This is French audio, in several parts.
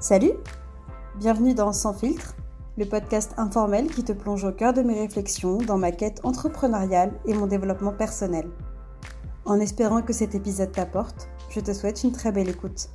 Salut! Bienvenue dans Sans filtre, le podcast informel qui te plonge au cœur de mes réflexions dans ma quête entrepreneuriale et mon développement personnel. En espérant que cet épisode t'apporte, je te souhaite une très belle écoute.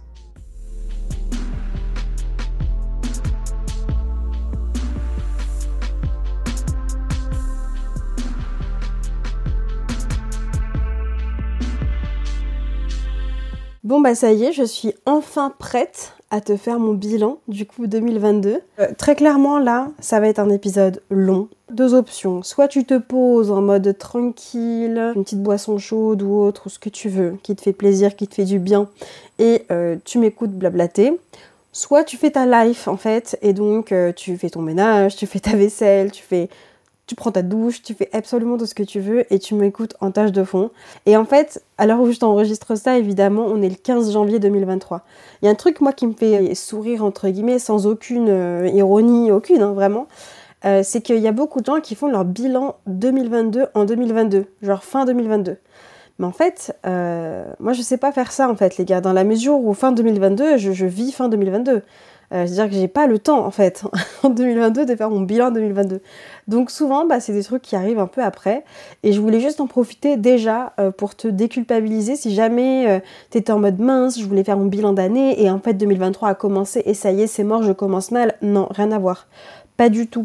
Bon ça y est, je suis enfin prête à te faire mon bilan du coup 2022. Très clairement là, ça va être un épisode long. Deux options, soit tu te poses en mode tranquille, une petite boisson chaude ou autre, ou ce que tu veux, qui te fait plaisir, qui te fait du bien, et tu m'écoutes blablater. Soit tu fais ta life en fait, et donc tu fais ton ménage, tu fais ta vaisselle, tu prends ta douche, tu fais absolument tout ce que tu veux et tu m'écoutes en tâche de fond. Et en fait, à l'heure où je t'enregistre ça, évidemment, on est le 15 janvier 2023. Il y a un truc, moi, qui me fait sourire, entre guillemets, sans aucune ironie, vraiment. C'est qu'il y a beaucoup de gens qui font leur bilan 2022 en 2022, genre fin 2022. Mais en fait, moi, je sais pas faire ça, en fait, les gars, dans la mesure où fin 2022, je vis fin 2022. C'est-à-dire que j'ai pas le temps, en fait, en 2022, de faire mon bilan 2022. Donc souvent, c'est des trucs qui arrivent un peu après. Et je voulais juste en profiter déjà pour te déculpabiliser si jamais t'étais en mode mince, je voulais faire mon bilan d'année et en fait 2023 a commencé et ça y est, c'est mort, je commence mal. Non, rien à voir. Pas du tout.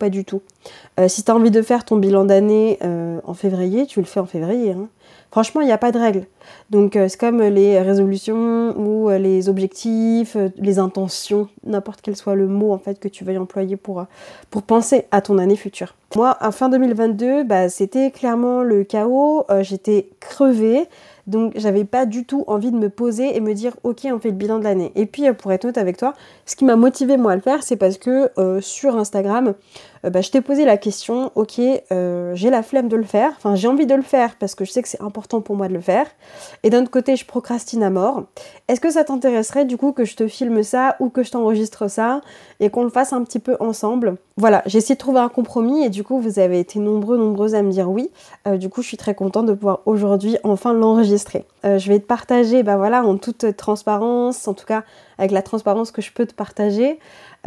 Si t'as envie de faire ton bilan d'année en février, tu le fais en février. Hein. Franchement, il n'y a pas de règle. Donc c'est comme les résolutions ou les objectifs, les intentions, n'importe quel soit le mot en fait que tu veuilles employer pour penser à ton année future. Moi, à fin 2022, c'était clairement le chaos. J'étais crevée. Donc j'avais pas du tout envie de me poser et me dire ok, on fait le bilan de l'année. Et puis pour être honnête avec toi, ce qui m'a motivée moi à le faire, c'est parce que sur Instagram, je t'ai posé la question, ok, j'ai la flemme de le faire, enfin j'ai envie de le faire parce que je sais que c'est important pour moi de le faire, et d'un autre côté je procrastine à mort. Est-ce que ça t'intéresserait du coup que je te filme ça ou que je t'enregistre ça et qu'on le fasse un petit peu ensemble? Voilà, j'ai essayé de trouver un compromis et du coup vous avez été nombreuses à me dire oui. Du coup je suis très contente de pouvoir aujourd'hui enfin l'enregistrer. Je vais te partager en toute transparence, en tout cas avec la transparence que je peux te partager,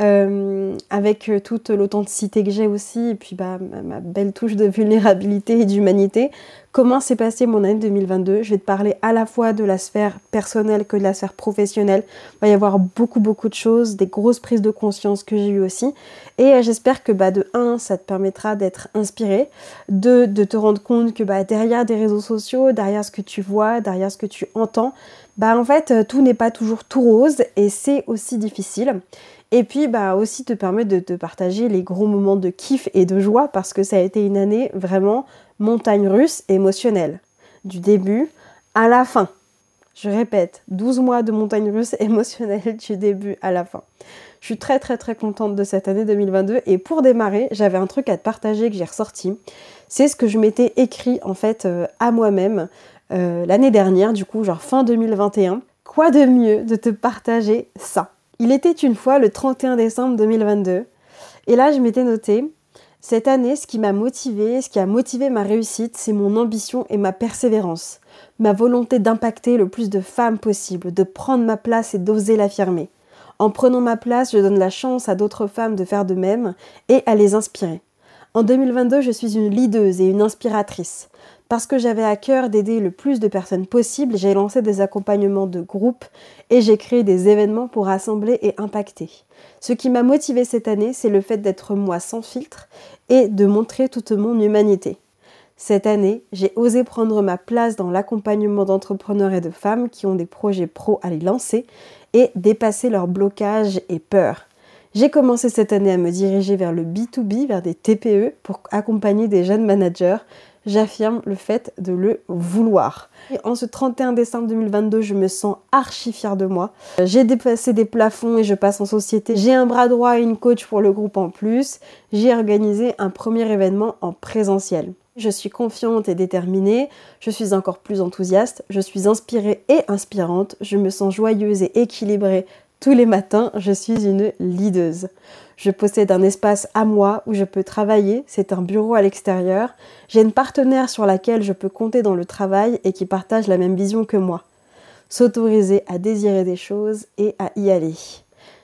avec toute l'authenticité que j'ai aussi, et puis ma belle touche de vulnérabilité et d'humanité. Comment s'est passée mon année 2022? Je vais te parler à la fois de la sphère personnelle que de la sphère professionnelle. Il va y avoir beaucoup de choses, des grosses prises de conscience que j'ai eues aussi. Et j'espère que de 1, ça te permettra d'être inspiré, de te rendre compte que derrière des réseaux sociaux, derrière ce que tu vois, derrière ce que tu entends, en fait tout n'est pas toujours tout rose et c'est aussi difficile. Et puis aussi te permettre de te partager les gros moments de kiff et de joie parce que ça a été une année vraiment montagne russe émotionnelle. Du début à la fin. Je répète, 12 mois de montagne russe émotionnelle du début à la fin. Je suis très contente de cette année 2022 et pour démarrer, j'avais un truc à te partager que j'ai ressorti. C'est ce que je m'étais écrit en fait à moi-même l'année dernière, du coup genre fin 2021. Quoi de mieux de te partager ça? Il était une fois le 31 décembre 2022 et là je m'étais noté, cette année ce qui m'a motivée, ce qui a motivé ma réussite, c'est mon ambition et ma persévérance, ma volonté d'impacter le plus de femmes possible, de prendre ma place et d'oser l'affirmer. En prenant ma place, je donne la chance à d'autres femmes de faire de même et à les inspirer. En 2022, je suis une leaduse et une inspiratrice. Parce que j'avais à cœur d'aider le plus de personnes possible, j'ai lancé des accompagnements de groupe et j'ai créé des événements pour rassembler et impacter. Ce qui m'a motivée cette année, c'est le fait d'être moi sans filtre et de montrer toute mon humanité. Cette année, j'ai osé prendre ma place dans l'accompagnement d'entrepreneurs et de femmes qui ont des projets pro à les lancer et dépasser leurs blocages et peurs. J'ai commencé cette année à me diriger vers le B2B, vers des TPE pour accompagner des jeunes managers. J'affirme le fait de le vouloir. Et en ce 31 décembre 2022, je me sens archi fière de moi. J'ai dépassé des plafonds et je passe en société. J'ai un bras droit et une coach pour le groupe en plus. J'ai organisé un premier événement en présentiel. Je suis confiante et déterminée, je suis encore plus enthousiaste, je suis inspirée et inspirante, je me sens joyeuse et équilibrée tous les matins, je suis une leaduse. Je possède un espace à moi où je peux travailler, c'est un bureau à l'extérieur. J'ai une partenaire sur laquelle je peux compter dans le travail et qui partage la même vision que moi. S'autoriser à désirer des choses et à y aller.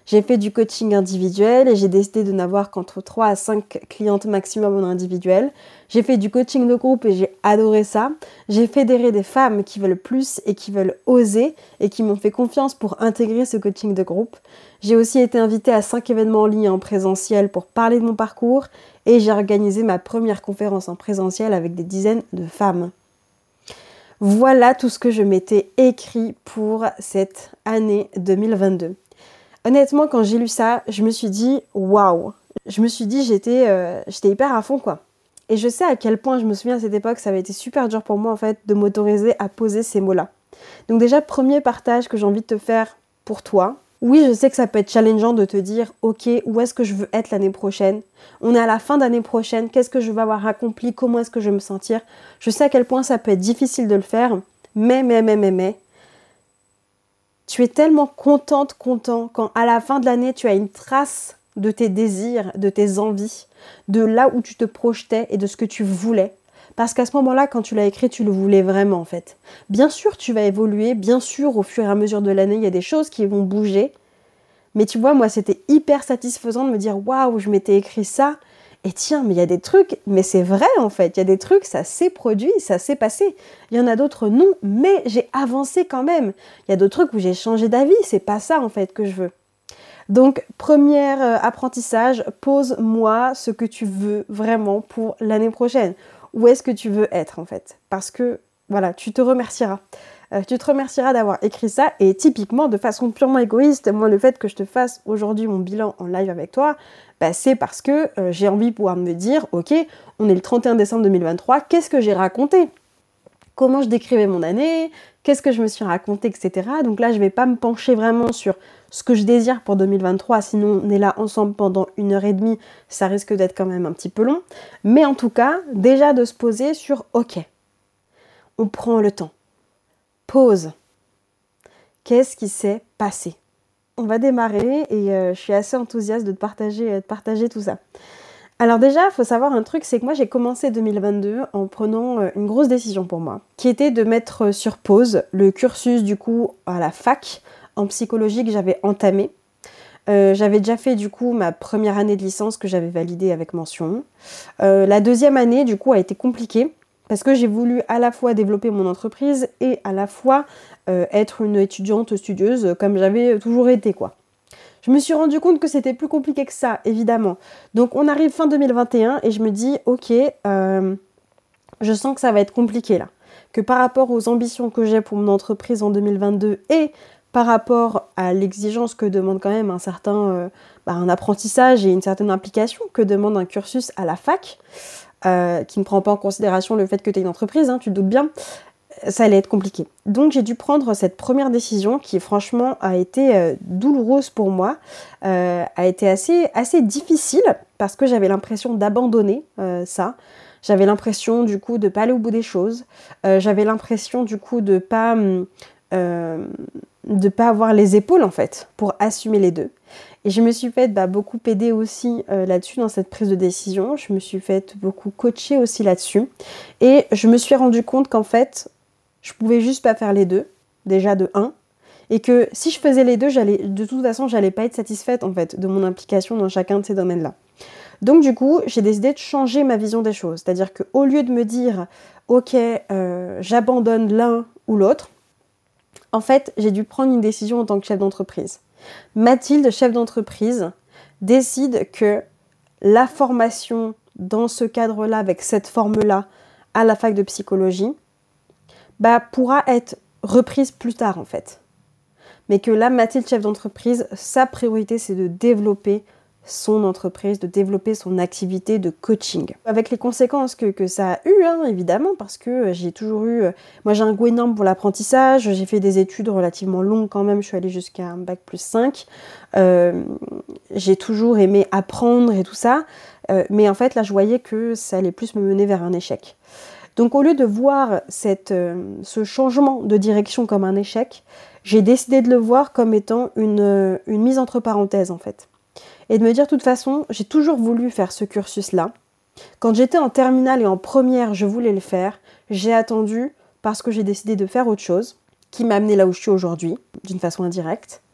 J'ai fait du coaching individuel et j'ai décidé de n'avoir qu'entre 3 à 5 clientes maximum en individuel. J'ai fait du coaching de groupe et j'ai adoré ça. J'ai fédéré des femmes qui veulent plus et qui veulent oser et qui m'ont fait confiance pour intégrer ce coaching de groupe. J'ai aussi été invitée à 5 événements en ligne en présentiel pour parler de mon parcours et j'ai organisé ma première conférence en présentiel avec des dizaines de femmes. Voilà tout ce que je m'étais écrit pour cette année 2022. Honnêtement, quand j'ai lu ça, je me suis dit waouh. Je me suis dit j'étais hyper à fond quoi. Et je sais à quel point, je me souviens à cette époque, ça avait été super dur pour moi en fait de m'autoriser à poser ces mots-là. Donc déjà, premier partage que j'ai envie de te faire pour toi. Oui, je sais que ça peut être challengeant de te dire ok, où est-ce que je veux être l'année prochaine? On est à la fin d'année prochaine, qu'est-ce que je vais avoir accompli? Comment est-ce que je vais me sentir? Je sais à quel point ça peut être difficile de le faire, mais tu es tellement content quand à la fin de l'année, tu as une trace de tes désirs, de tes envies, de là où tu te projetais et de ce que tu voulais. Parce qu'à ce moment-là, quand tu l'as écrit, tu le voulais vraiment en fait. Bien sûr, tu vas évoluer, bien sûr, au fur et à mesure de l'année, il y a des choses qui vont bouger. Mais tu vois, moi, c'était hyper satisfaisant de me dire « Waouh, je m'étais écrit ça !» Et tiens, mais il y a des trucs, mais c'est vrai en fait, il y a des trucs, ça s'est produit, ça s'est passé. Il y en a d'autres non, mais j'ai avancé quand même. Il y a d'autres trucs où j'ai changé d'avis, c'est pas ça en fait que je veux. Donc, premier apprentissage, pose-moi ce que tu veux vraiment pour l'année prochaine. Où est-ce que tu veux être en fait? Parce que, voilà, tu te remercieras. Tu te remercieras d'avoir écrit ça et typiquement de façon purement égoïste, moi le fait que je te fasse aujourd'hui mon bilan en live avec toi, bah, c'est parce que j'ai envie de pouvoir me dire ok, on est le 31 décembre 2023, qu'est-ce que j'ai raconté? Comment je décrivais mon année? Qu'est-ce que je me suis raconté, etc. Donc là je vais pas me pencher vraiment sur ce que je désire pour 2023, sinon on est là ensemble pendant 1h30, ça risque d'être quand même un petit peu long. Mais en tout cas, déjà de se poser sur ok, on prend le temps. Pause. Qu'est-ce qui s'est passé? On va démarrer et je suis assez enthousiaste de te partager tout ça. Alors déjà, il faut savoir un truc, c'est que moi j'ai commencé 2022 en prenant une grosse décision pour moi, qui était de mettre sur pause le cursus du coup à la fac en psychologie que j'avais entamé. J'avais déjà fait du coup ma première année de licence que j'avais validée avec mention. La deuxième année du coup a été compliquée. Parce que j'ai voulu à la fois développer mon entreprise et à la fois être une étudiante studieuse comme j'avais toujours été quoi. Je me suis rendu compte que c'était plus compliqué que ça, évidemment. Donc on arrive fin 2021 et je me dis ok, je sens que ça va être compliqué là. Que par rapport aux ambitions que j'ai pour mon entreprise en 2022 et par rapport à l'exigence que demande quand même un certain un apprentissage et une certaine implication que demande un cursus à la fac, qui ne prend pas en considération le fait que tu es une entreprise, hein, tu te doutes bien, ça allait être compliqué. Donc j'ai dû prendre cette première décision qui franchement a été douloureuse pour moi, a été assez difficile parce que j'avais l'impression d'abandonner ça. J'avais l'impression du coup de pas aller au bout des choses. J'avais l'impression du coup de pas avoir les épaules en fait pour assumer les deux. Et je me suis fait beaucoup aider aussi là-dessus dans cette prise de décision. Je me suis fait beaucoup coacher aussi là-dessus. Et je me suis rendu compte qu'en fait, je pouvais juste pas faire les deux, déjà de 1. Et que si je faisais les deux, de toute façon, j'allais pas être satisfaite en fait de mon implication dans chacun de ces domaines-là. Donc du coup, j'ai décidé de changer ma vision des choses. C'est-à-dire qu'au lieu de me dire « Ok, j'abandonne l'un ou l'autre », en fait, j'ai dû prendre une décision en tant que chef d'entreprise. Mathilde, chef d'entreprise, décide que la formation dans ce cadre-là, avec cette forme-là, à la fac de psychologie, pourra être reprise plus tard en fait. Mais que là, Mathilde, chef d'entreprise, sa priorité, c'est de développer son entreprise, de développer son activité de coaching. Avec les conséquences que ça a eu, hein, évidemment, parce que j'ai toujours eu... moi, j'ai un goût énorme pour l'apprentissage, j'ai fait des études relativement longues quand même, je suis allée jusqu'à un bac plus 5. J'ai toujours aimé apprendre et tout ça, mais en fait, là, je voyais que ça allait plus me mener vers un échec. Donc, au lieu de voir ce changement de direction comme un échec, j'ai décidé de le voir comme étant une mise entre parenthèses, en fait. Et de me dire, de toute façon, j'ai toujours voulu faire ce cursus-là. Quand j'étais en terminale et en première, je voulais le faire. J'ai attendu parce que j'ai décidé de faire autre chose, qui m'a amené là où je suis aujourd'hui, d'une façon indirecte.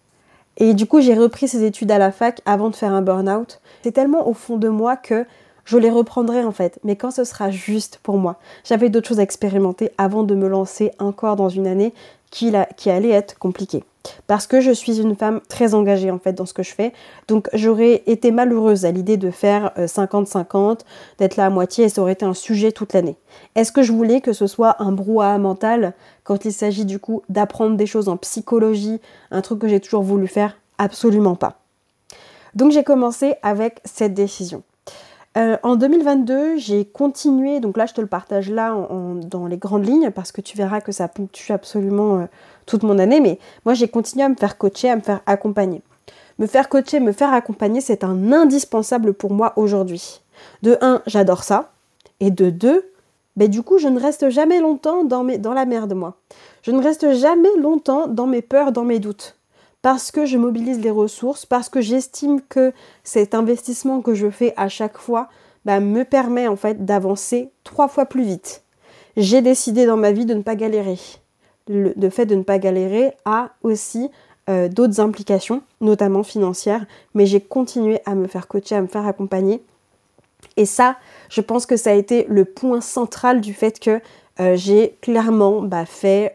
Et du coup, j'ai repris ces études à la fac avant de faire un burn-out. C'est tellement au fond de moi que je les reprendrai en fait, mais quand ce sera juste pour moi. J'avais d'autres choses à expérimenter avant de me lancer encore dans une année qui allait être compliquée. Parce que je suis une femme très engagée en fait dans ce que je fais. Donc j'aurais été malheureuse à l'idée de faire 50-50, d'être là à moitié et ça aurait été un sujet toute l'année. Est-ce que je voulais que ce soit un brouhaha mental quand il s'agit du coup d'apprendre des choses en psychologie, un truc que j'ai toujours voulu faire? Absolument pas. Donc j'ai commencé avec cette décision. En 2022, j'ai continué, donc là je te le partage là dans les grandes lignes parce que tu verras que ça ponctue absolument toute mon année, mais moi j'ai continué à me faire coacher, à me faire accompagner. Me faire coacher, me faire accompagner, c'est un indispensable pour moi aujourd'hui. De 1, j'adore ça, et de 2, du coup je ne reste jamais longtemps dans la merde moi. Je ne reste jamais longtemps dans mes peurs, dans mes doutes. Parce que je mobilise les ressources, parce que j'estime que cet investissement que je fais à chaque fois me permet en fait d'avancer 3 fois plus vite. J'ai décidé dans ma vie de ne pas galérer. Le fait de ne pas galérer a aussi d'autres implications, notamment financières, mais j'ai continué à me faire coacher, à me faire accompagner. Et ça, je pense que ça a été le point central du fait que j'ai clairement fait...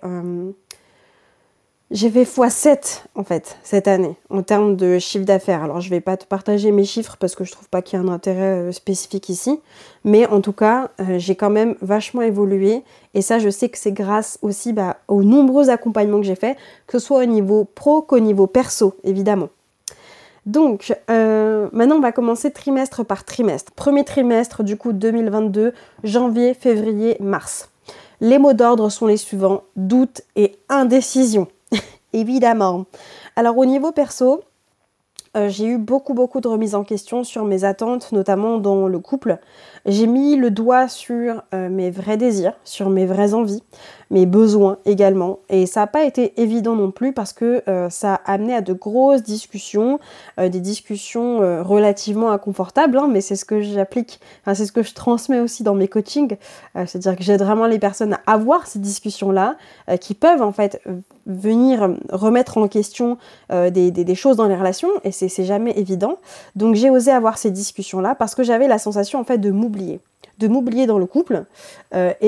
J'ai fait x7 en fait cette année en termes de chiffre d'affaires. Alors je vais pas te partager mes chiffres parce que je trouve pas qu'il y ait un intérêt spécifique ici. Mais en tout cas, j'ai quand même vachement évolué. Et ça, je sais que c'est grâce aussi aux nombreux accompagnements que j'ai faits, que ce soit au niveau pro qu'au niveau perso, évidemment. Donc, maintenant on va commencer trimestre par trimestre. Premier trimestre du coup 2022, janvier, février, mars. Les mots d'ordre sont les suivants: doute et indécision. Évidemment. Alors au niveau perso, j'ai eu beaucoup de remises en question sur mes attentes, notamment dans le couple. J'ai mis le doigt sur mes vrais désirs, sur mes vraies envies, mes besoins également. Et ça n'a pas été évident non plus parce que ça a amené à de grosses discussions, des discussions relativement inconfortables, mais c'est ce que j'applique, c'est ce que je transmets aussi dans mes coachings. C'est-à-dire que j'aide vraiment les personnes à avoir ces discussions-là, qui peuvent en fait venir remettre en question des choses dans les relations, et c'est jamais évident. Donc j'ai osé avoir ces discussions-là parce que j'avais la sensation en fait de m'oublier dans le couple et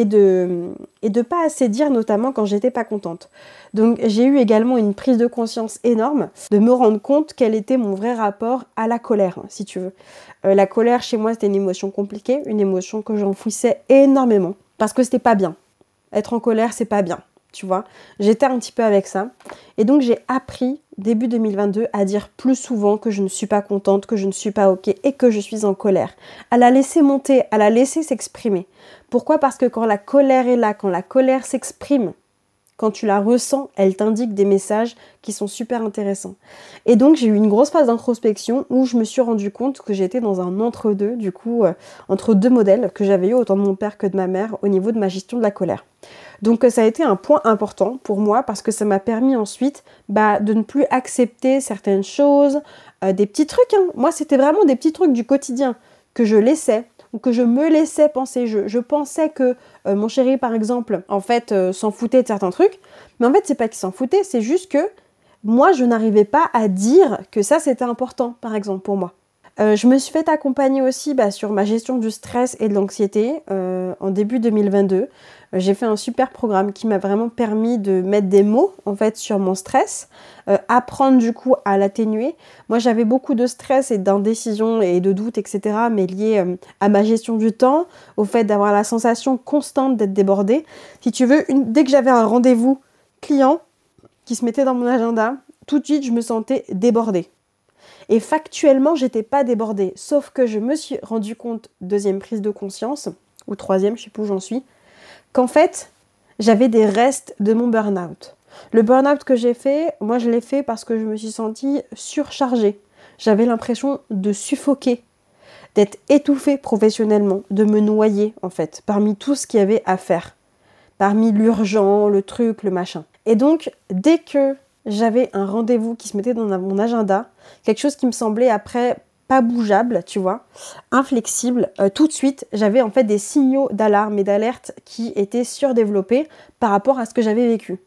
de pas assez dire, notamment quand j'étais pas contente. Donc j'ai eu également une prise de conscience énorme de me rendre compte quel était mon vrai rapport à la colère, si tu veux. La colère chez moi c'était une émotion compliquée, une émotion que j'enfouissais énormément parce que c'était pas bien. Être en colère c'est pas bien. Tu vois, j'étais un petit peu avec ça. Et donc, j'ai appris, début 2022, à dire plus souvent que je ne suis pas contente, que je ne suis pas OK et que je suis en colère. À la laisser monter, à la laisser s'exprimer. Pourquoi ? Parce que quand la colère est là, quand la colère s'exprime, quand tu la ressens, elle t'indique des messages qui sont super intéressants. Et donc, j'ai eu une grosse phase d'introspection où je me suis rendu compte que j'étais dans un entre-deux, du coup, entre deux modèles que j'avais eu autant de mon père que de ma mère au niveau de ma gestion de la colère. Donc ça a été un point important pour moi parce que ça m'a permis ensuite de ne plus accepter certaines choses, des petits trucs. Moi, c'était vraiment des petits trucs du quotidien que je laissais ou que je me laissais penser. Je pensais que mon chéri, par exemple, en fait, s'en foutait de certains trucs. Mais en fait, c'est pas qu'il s'en foutait, c'est juste que moi, je n'arrivais pas à dire que ça, c'était important, par exemple, pour moi. Je me suis fait accompagner aussi sur ma gestion du stress et de l'anxiété en début 2022. J'ai fait un super programme qui m'a vraiment permis de mettre des mots en fait sur mon stress, apprendre du coup à l'atténuer. Moi j'avais beaucoup de stress et d'indécision et de doute, etc. mais liés à ma gestion du temps, au fait d'avoir la sensation constante d'être débordée. Si tu veux, dès que j'avais un rendez-vous client qui se mettait dans mon agenda, tout de suite je me sentais débordée. Et factuellement, j'étais pas débordée, sauf que je me suis rendu compte, deuxième prise de conscience, ou troisième, je sais plus où j'en suis, qu'en fait, j'avais des restes de mon burn-out. Le burn-out que j'ai fait, moi je l'ai fait parce que je me suis sentie surchargée. J'avais l'impression de suffoquer, d'être étouffée professionnellement, de me noyer en fait, parmi tout ce qu'il y avait à faire. Parmi l'urgent, le truc, le machin. Et donc, dès que j'avais un rendez-vous qui se mettait dans mon agenda, quelque chose qui me semblait après pas bougeable, tu vois, inflexible, tout de suite, j'avais en fait des signaux d'alarme et d'alerte qui étaient surdéveloppés par rapport à ce que j'avais vécu.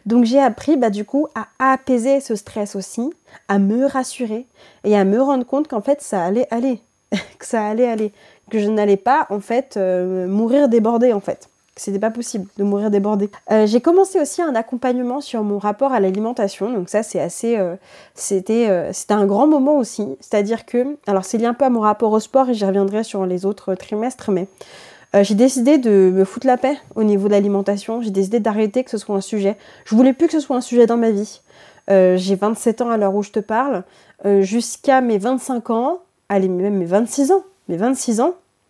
Donc j'ai appris du coup à apaiser ce stress aussi, à me rassurer et à me rendre compte qu'en fait ça allait aller, que ça allait aller, que je n'allais pas en fait mourir débordée en fait. C'était pas possible de mourir débordée. J'ai commencé aussi un accompagnement sur mon rapport à l'alimentation, donc ça c'est assez, c'était un grand moment aussi, c'est-à-dire que, alors c'est lié un peu à mon rapport au sport et j'y reviendrai sur les autres trimestres, mais j'ai décidé de me foutre la paix au niveau de l'alimentation, j'ai décidé d'arrêter que ce soit un sujet. Je voulais plus que ce soit un sujet dans ma vie. J'ai 27 ans à l'heure où je te parle, jusqu'à mes 25 ans, allez même mes 26 ans,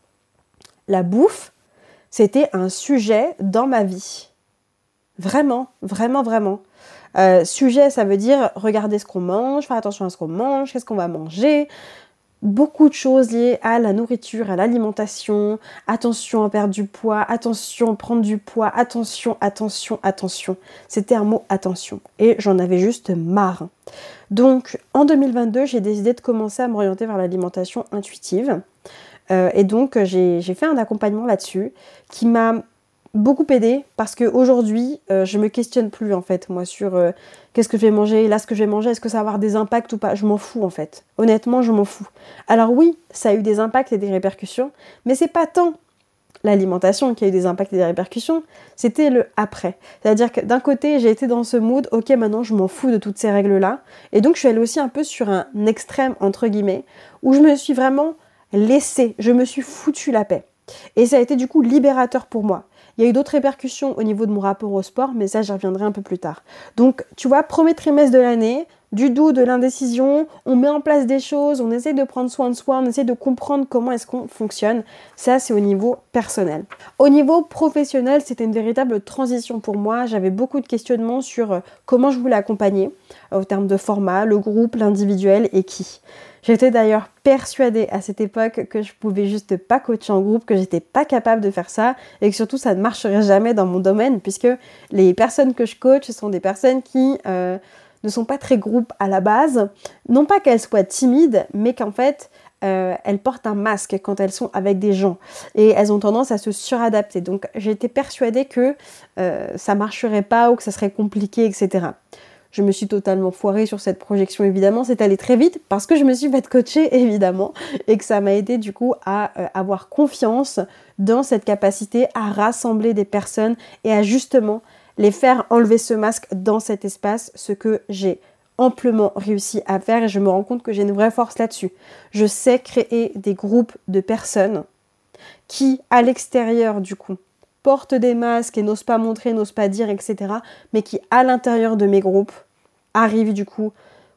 la bouffe, c'était un sujet dans ma vie. Vraiment, vraiment, vraiment. Sujet, ça veut dire regarder ce qu'on mange, faire attention à ce qu'on mange, qu'est-ce qu'on va manger. Beaucoup de choses liées à la nourriture, à l'alimentation. Attention à perdre du poids, attention à prendre du poids, attention, attention, attention. C'était un mot attention. Et j'en avais juste marre. Donc, en 2022, j'ai décidé de commencer à m'orienter vers l'alimentation intuitive. Et donc, j'ai fait un accompagnement là-dessus qui m'a beaucoup aidée parce qu'aujourd'hui, je me questionne plus en fait, moi, sur qu'est-ce que je vais manger, là, ce que je vais manger, est-ce que ça va avoir des impacts ou pas. Je m'en fous en fait. Honnêtement, je m'en fous. Alors oui, ça a eu des impacts et des répercussions, mais c'est pas tant l'alimentation qui a eu des impacts et des répercussions, c'était le après. C'est-à-dire que d'un côté, j'ai été dans ce mood, ok, maintenant je m'en fous de toutes ces règles-là, et donc je suis allée aussi un peu sur un extrême, entre guillemets, où je me suis vraiment laissée, je me suis foutu la paix. Et ça a été du coup libérateur pour moi. Il y a eu d'autres répercussions au niveau de mon rapport au sport, mais ça j'y reviendrai un peu plus tard. Donc tu vois, premier trimestre de l'année, du doute, de l'indécision, on met en place des choses, on essaie de prendre soin de soi, on essaie de comprendre comment est-ce qu'on fonctionne. Ça, c'est au niveau personnel. Au niveau professionnel, c'était une véritable transition pour moi. J'avais beaucoup de questionnements sur comment je voulais accompagner, au terme de format, le groupe, l'individuel et qui. J'étais d'ailleurs persuadée à cette époque que je pouvais juste pas coacher en groupe, que j'étais pas capable de faire ça et que surtout ça ne marcherait jamais dans mon domaine puisque les personnes que je coach sont des personnes qui ne sont pas très groupes à la base. Non pas qu'elles soient timides, mais qu'en fait elles portent un masque quand elles sont avec des gens et elles ont tendance à se suradapter. Donc j'étais persuadée que ça marcherait pas ou que ça serait compliqué, etc. Je me suis totalement foirée sur cette projection, évidemment. C'est allé très vite parce que je me suis fait coacher, évidemment, et que ça m'a aidé du coup à avoir confiance dans cette capacité à rassembler des personnes et à justement les faire enlever ce masque dans cet espace, ce que j'ai amplement réussi à faire et je me rends compte que j'ai une vraie force là-dessus. Je sais créer des groupes de personnes qui, à l'extérieur du coup, portent des masques et n'osent pas montrer, n'osent pas dire, etc. mais qui, à l'intérieur de mes groupes, arrivent du coup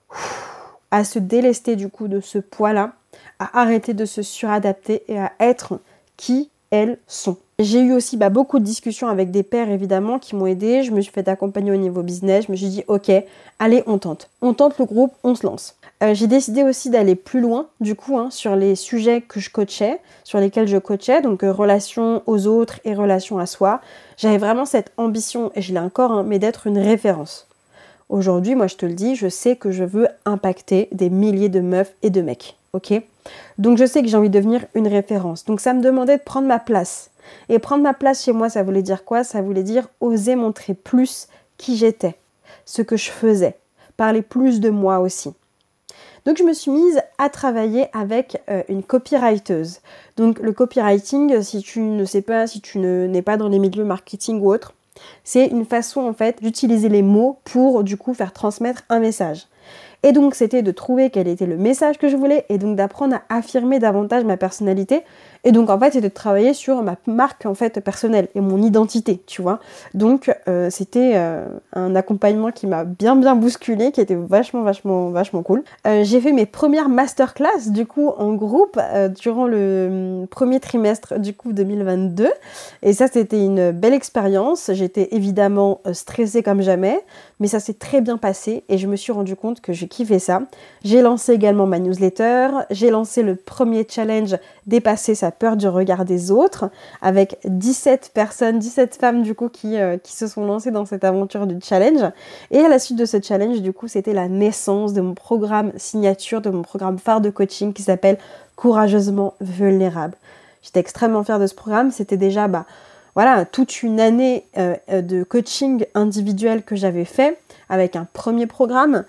à se délester du coup de ce poids-là, à arrêter de se suradapter et à être qui elles sont. J'ai eu aussi beaucoup de discussions avec des pairs évidemment qui m'ont aidée. Je me suis fait accompagner au niveau business. Je me suis dit ok, allez on tente le groupe, on se lance. J'ai décidé aussi d'aller plus loin du coup sur les sujets que je coachais, sur lesquels je coachais, donc relation aux autres et relation à soi. J'avais vraiment cette ambition, et je l'ai encore, mais d'être une référence. Aujourd'hui, moi je te le dis, je sais que je veux impacter des milliers de meufs et de mecs, ok ? Donc je sais que j'ai envie de devenir une référence. Donc ça me demandait de prendre ma place. Et prendre ma place chez moi, ça voulait dire quoi ? Ça voulait dire oser montrer plus qui j'étais, ce que je faisais, parler plus de moi aussi. Donc je me suis mise à travailler avec une copywriteuse. Donc le copywriting, si tu ne sais pas, si tu n'es pas dans les milieux marketing ou autre, c'est une façon en fait d'utiliser les mots pour du coup faire transmettre un message. Et donc c'était de trouver quel était le message que je voulais et donc d'apprendre à affirmer davantage ma personnalité. Et donc en fait c'était de travailler sur ma marque en fait personnelle et mon identité, tu vois. Donc c'était un accompagnement qui m'a bien bousculé, qui était vachement cool. J'ai fait mes premières masterclass du coup en groupe durant le premier trimestre du coup 2022 et ça c'était une belle expérience. J'étais évidemment stressée comme jamais, mais ça s'est très bien passé et je me suis rendu compte que j'ai kiffé ça. J'ai lancé également ma newsletter, j'ai lancé le premier challenge dépasser sa peur du regard des autres avec 17 personnes, 17 femmes du coup qui se sont lancées dans cette aventure du challenge. Et à la suite de ce challenge, du coup, c'était la naissance de mon programme signature, de mon programme phare de coaching qui s'appelle Courageusement Vulnérable. J'étais extrêmement fière de ce programme. C'était déjà voilà, toute une année de coaching individuel que j'avais fait avec un premier programme,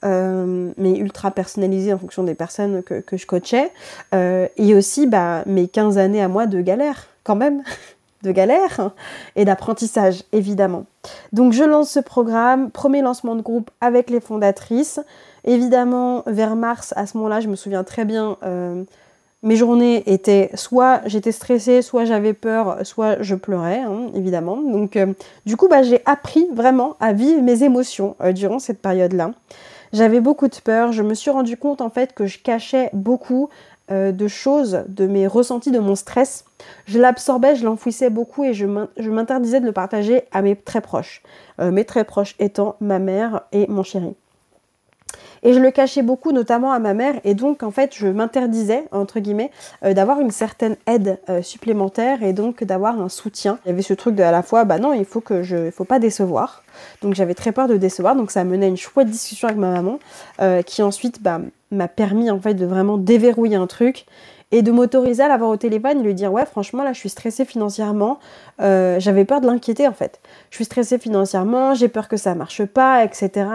mais ultra personnalisé en fonction des personnes que je coachais, et aussi mes 15 années à moi de galère, quand même, de galère et d'apprentissage, évidemment. Donc je lance ce programme, premier lancement de groupe avec les fondatrices. Évidemment, vers mars, à ce moment-là, je me souviens très bien, mes journées étaient soit j'étais stressée, soit j'avais peur, soit je pleurais, hein, évidemment. Donc du coup, j'ai appris vraiment à vivre mes émotions durant cette période-là. J'avais beaucoup de peur, je me suis rendu compte en fait que je cachais beaucoup de choses, de mes ressentis, de mon stress. Je l'absorbais, je l'enfouissais beaucoup et je m'interdisais de le partager à mes très proches. Mes très proches étant ma mère et mon chéri. Et je le cachais beaucoup, notamment à ma mère, et donc en fait je m'interdisais, entre guillemets, d'avoir une certaine aide supplémentaire et donc d'avoir un soutien. Il y avait ce truc de à la fois, non, il faut pas décevoir. Donc j'avais très peur de décevoir, donc ça menait à une chouette discussion avec ma maman, qui ensuite m'a permis en fait de vraiment déverrouiller un truc et de m'autoriser à l'avoir au téléphone et lui dire ouais franchement là je suis stressée financièrement, j'avais peur de l'inquiéter en fait. Je suis stressée financièrement, j'ai peur que ça marche pas, etc.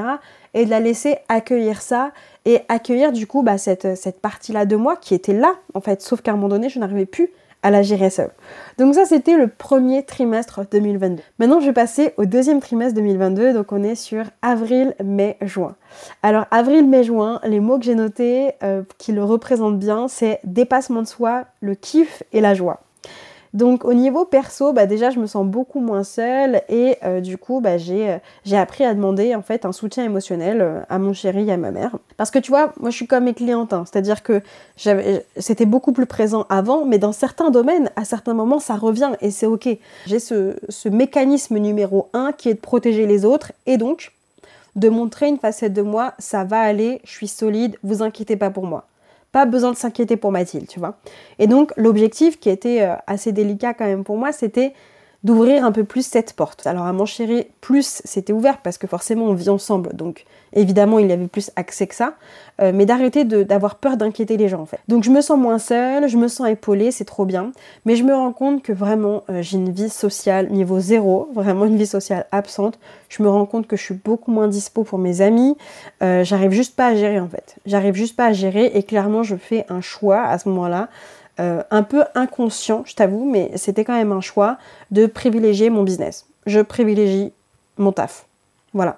Et de la laisser accueillir ça et accueillir du coup cette partie-là de moi qui était là en fait, sauf qu'à un moment donné je n'arrivais plus à la gérer seule. Donc ça c'était le premier trimestre 2022. Maintenant je vais passer au deuxième trimestre 2022, donc on est sur avril, mai, juin. Alors avril, mai, juin, les mots que j'ai notés qui le représentent bien, c'est dépassement de soi, le kiff et la joie. Donc au niveau perso, déjà je me sens beaucoup moins seule et du coup j'ai appris à demander en fait un soutien émotionnel à mon chéri et à ma mère. Parce que tu vois, moi je suis comme mes clientes, hein, c'est-à-dire que c'était beaucoup plus présent avant, mais dans certains domaines, à certains moments ça revient et c'est ok. J'ai ce mécanisme numéro 1 qui est de protéger les autres et donc de montrer une facette de moi, ça va aller, je suis solide, vous inquiétez pas pour moi. Pas besoin de s'inquiéter pour Mathilde, tu vois. Et donc, l'objectif qui était assez délicat quand même pour moi, c'était d'ouvrir un peu plus cette porte. Alors à mon chéri, plus c'était ouvert parce que forcément on vit ensemble, donc évidemment il y avait plus accès que ça, mais d'arrêter d'avoir peur d'inquiéter les gens en fait. Donc je me sens moins seule, je me sens épaulée, c'est trop bien, mais je me rends compte que vraiment j'ai une vie sociale niveau 0, vraiment une vie sociale absente. Je me rends compte que je suis beaucoup moins dispo pour mes amis, j'arrive juste pas à gérer en fait. J'arrive juste pas à gérer et clairement je fais un choix à ce moment-là, un peu inconscient, je t'avoue, mais c'était quand même un choix de privilégier mon business. Je privilégie mon taf. Voilà.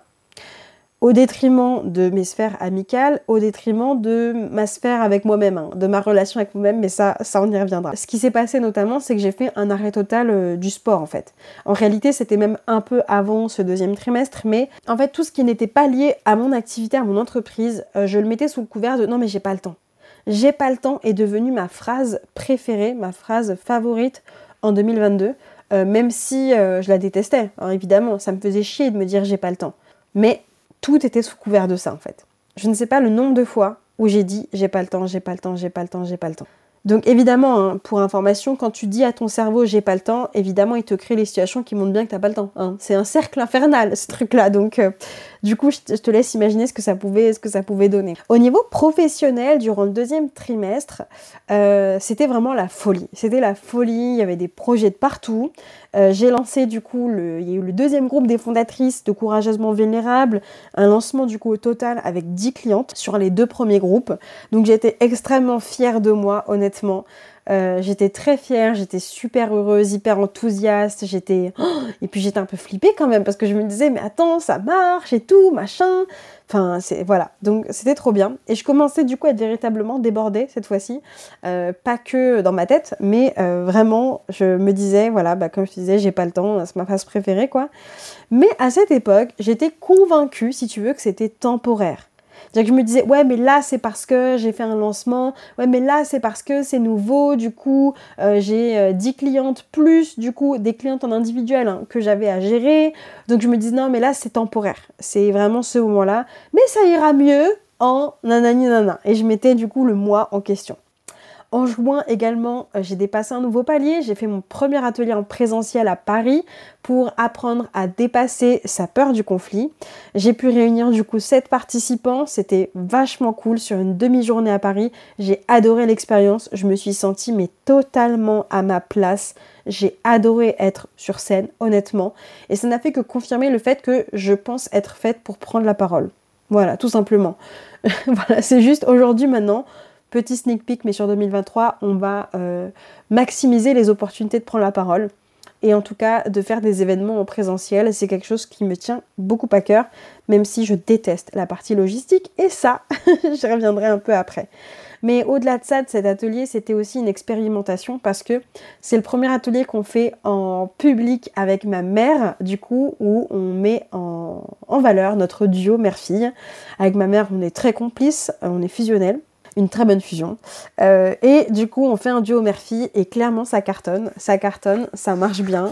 Au détriment de mes sphères amicales, au détriment de ma sphère avec moi-même, hein, de ma relation avec moi-même, mais ça on y reviendra. Ce qui s'est passé notamment, c'est que j'ai fait un arrêt total du sport en fait. En réalité, c'était même un peu avant ce deuxième trimestre, mais en fait, tout ce qui n'était pas lié à mon activité, à mon entreprise, je le mettais sous le couvert de « non mais j'ai pas le temps ». J'ai pas le temps est devenue ma phrase préférée, ma phrase favorite en 2022, même si je la détestais, hein, évidemment, ça me faisait chier de me dire j'ai pas le temps. Mais tout était sous couvert de ça en fait. Je ne sais pas le nombre de fois où j'ai dit j'ai pas le temps, j'ai pas le temps, j'ai pas le temps, j'ai pas le temps. Donc évidemment, hein, pour information, quand tu dis à ton cerveau j'ai pas le temps, évidemment il te crée les situations qui montrent bien que t'as pas le temps. Hein. C'est un cercle infernal ce truc-là, donc du coup je te laisse imaginer ce que ça pouvait donner. Au niveau professionnel, durant le deuxième trimestre, c'était vraiment la folie. C'était la folie, il y avait des projets de partout. J'ai lancé du coup, il y a eu le deuxième groupe des fondatrices de Courageusement Vulnérable, un lancement du coup au total avec 10 clientes sur les 2 premiers groupes. Donc j'étais extrêmement fière de moi, honnêtement. J'étais très fière, j'étais super heureuse, hyper enthousiaste, et puis j'étais un peu flippée quand même parce que je me disais mais attends, ça marche et tout, machin. Enfin, voilà. Donc, c'était trop bien. Et je commençais du coup à être véritablement débordée cette fois-ci. Pas que dans ma tête, mais vraiment, je me disais, voilà, comme je te disais, j'ai pas le temps, c'est ma phase préférée, quoi. Mais à cette époque, j'étais convaincue, si tu veux, que c'était temporaire. C'est-à-dire que je me disais, ouais, mais là, c'est parce que j'ai fait un lancement. Ouais, mais là, c'est parce que c'est nouveau. Du coup, j'ai 10 clientes plus, du coup, des clientes en individuel hein, que j'avais à gérer. Donc, je me dis, non, mais là, c'est temporaire. C'est vraiment ce moment-là. Mais ça ira mieux en nanani nana. Et je mettais, du coup, le moi en question. En juin également, j'ai dépassé un nouveau palier. J'ai fait mon premier atelier en présentiel à Paris pour apprendre à dépasser sa peur du conflit. J'ai pu réunir du coup 7 participants. C'était vachement cool sur une demi-journée à Paris. J'ai adoré l'expérience. Je me suis sentie mais totalement à ma place. J'ai adoré être sur scène, honnêtement. Et ça n'a fait que confirmer le fait que je pense être faite pour prendre la parole. Voilà, tout simplement. Voilà, c'est juste aujourd'hui maintenant, petit sneak peek, mais sur 2023, on va maximiser les opportunités de prendre la parole. Et en tout cas, de faire des événements en présentiel, c'est quelque chose qui me tient beaucoup à cœur, même si je déteste la partie logistique. Et ça, je reviendrai un peu après. Mais au-delà de ça, de cet atelier, c'était aussi une expérimentation parce que c'est le premier atelier qu'on fait en public avec ma mère, du coup, où on met en valeur notre duo mère-fille. Avec ma mère, on est très complices, on est fusionnels. Une très bonne fusion. Et du coup, on fait un duo mère-fille et clairement, ça cartonne, ça marche bien.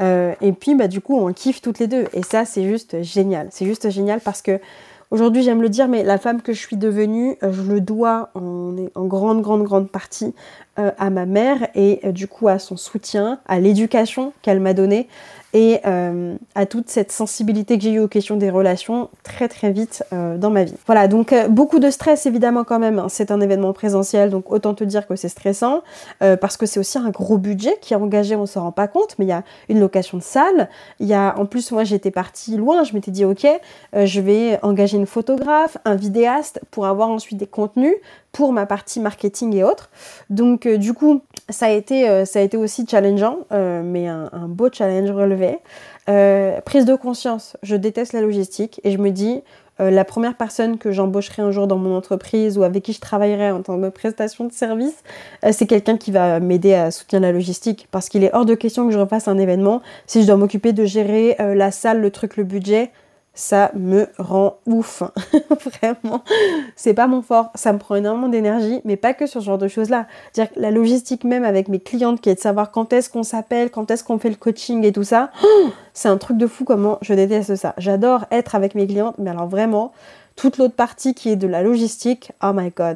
Et puis, du coup, on kiffe toutes les deux. Et ça, c'est juste génial. C'est juste génial parce que aujourd'hui, j'aime le dire, mais la femme que je suis devenue, je le dois en grande partie à ma mère et du coup à son soutien, à l'éducation qu'elle m'a donnée et à toute cette sensibilité que j'ai eue aux questions des relations très vite dans ma vie. Voilà, donc beaucoup de stress évidemment quand même, hein. C'est un événement présentiel, donc autant te dire que c'est stressant, parce que c'est aussi un gros budget qui est engagé, on s'en rend pas compte, mais il y a une location de salle, il y a, en plus moi j'étais partie loin, je m'étais dit ok, je vais engager une photographe, un vidéaste pour avoir ensuite des contenus pour ma partie marketing et autres. Donc du coup, ça a été aussi challengeant, mais un beau challenge relevé. Prise de conscience, je déteste la logistique et je me dis, la première personne que j'embaucherai un jour dans mon entreprise ou avec qui je travaillerai en tant que prestation de service, c'est quelqu'un qui va m'aider à soutenir la logistique parce qu'il est hors de question que je refasse un événement si je dois m'occuper de gérer la salle, le truc, le budget. Ça me rend ouf, vraiment, c'est pas mon fort, ça me prend énormément d'énergie, mais pas que sur ce genre de choses-là. Dire la logistique même avec mes clientes qui est de savoir quand est-ce qu'on s'appelle, quand est-ce qu'on fait le coaching et tout ça, c'est un truc de fou comment je déteste ça. J'adore être avec mes clientes, mais alors vraiment, toute l'autre partie qui est de la logistique, oh my god,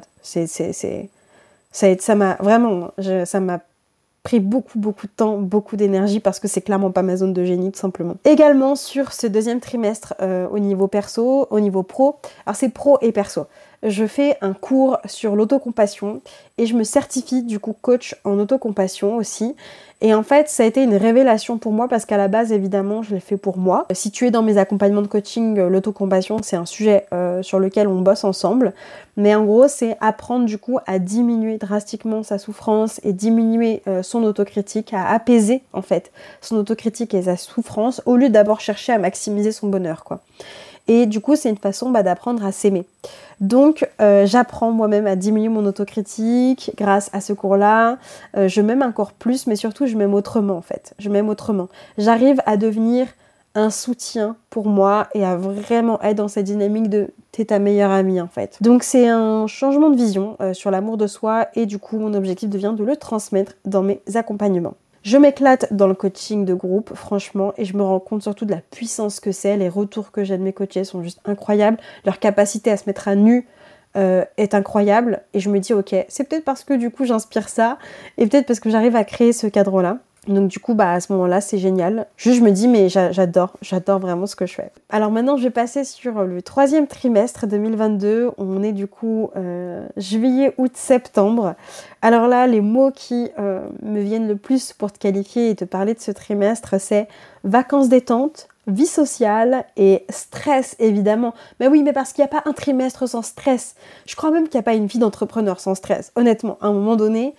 ça m'a vraiment, ça m'a pris beaucoup de temps, beaucoup d'énergie parce que c'est clairement pas ma zone de génie tout simplement. Également sur ce deuxième trimestre au niveau perso, au niveau pro, alors c'est pro et perso. Je fais un cours sur l'autocompassion et je me certifie du coup coach en autocompassion aussi. Et en fait, ça a été une révélation pour moi parce qu'à la base, évidemment, je l'ai fait pour moi. Si tu es dans mes accompagnements de coaching, l'autocompassion, c'est un sujet sur lequel on bosse ensemble. Mais en gros, c'est apprendre du coup à diminuer drastiquement sa souffrance et diminuer son autocritique, à apaiser en fait son autocritique et sa souffrance au lieu d'abord chercher à maximiser son bonheur, quoi. Et du coup, c'est une façon d'apprendre à s'aimer. Donc, j'apprends moi-même à diminuer mon autocritique grâce à ce cours-là. Je m'aime encore plus, mais surtout, je m'aime autrement, en fait. Je m'aime autrement. J'arrive à devenir un soutien pour moi et à vraiment être dans cette dynamique de « t'es ta meilleure amie », en fait. Donc, c'est un changement de vision sur l'amour de soi et du coup, mon objectif devient de le transmettre dans mes accompagnements. Je m'éclate dans le coaching de groupe, franchement, et je me rends compte surtout de la puissance que c'est. Les retours que j'ai de mes coachés sont juste incroyables. Leur capacité à se mettre à nu est incroyable. Et je me dis, ok, c'est peut-être parce que du coup j'inspire ça, et peut-être parce que j'arrive à créer ce cadre-là. Donc du coup, à ce moment-là, c'est génial. Juste, je me dis, mais j'adore vraiment ce que je fais. Alors maintenant, je vais passer sur le troisième trimestre 2022. On est du coup juillet, août, septembre. Alors là, les mots qui me viennent le plus pour te qualifier et te parler de ce trimestre, c'est vacances détente, vie sociale et stress, évidemment. Mais oui, mais parce qu'il n'y a pas un trimestre sans stress. Je crois même qu'il n'y a pas une vie d'entrepreneur sans stress. Honnêtement, à un moment donné,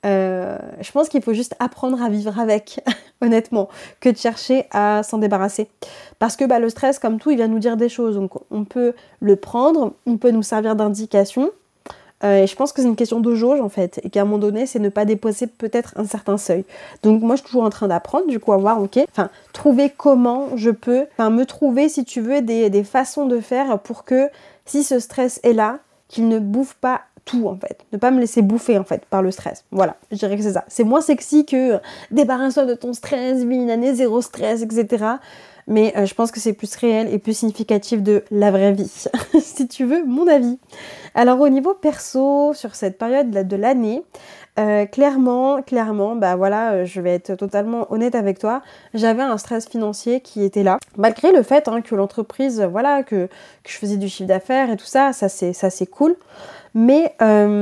je pense qu'il faut juste apprendre à vivre avec, honnêtement, que de chercher à s'en débarrasser. Parce que le stress, comme tout, il vient nous dire des choses. Donc on peut le prendre, il peut nous servir d'indication. Et je pense que c'est une question de jauge en fait. Et qu'à un moment donné, c'est ne pas dépasser peut-être un certain seuil. Donc moi, je suis toujours en train d'apprendre, du coup, à voir, ok, trouver comment je peux, me trouver, si tu veux, des façons de faire pour que si ce stress est là, qu'il ne bouffe pas tout en fait. Ne pas me laisser bouffer en fait par le stress. Voilà, je dirais que c'est ça. C'est moins sexy que débarrasse-toi de ton stress, vis une année zéro stress, etc. Mais je pense que c'est plus réel et plus significatif de la vraie vie, si tu veux mon avis. Alors au niveau perso, sur cette période de l'année, clairement, bah voilà, je vais être totalement honnête avec toi, j'avais un stress financier qui était là. Malgré le fait que l'entreprise, voilà, que je faisais du chiffre d'affaires et tout ça, ça c'est cool. Mais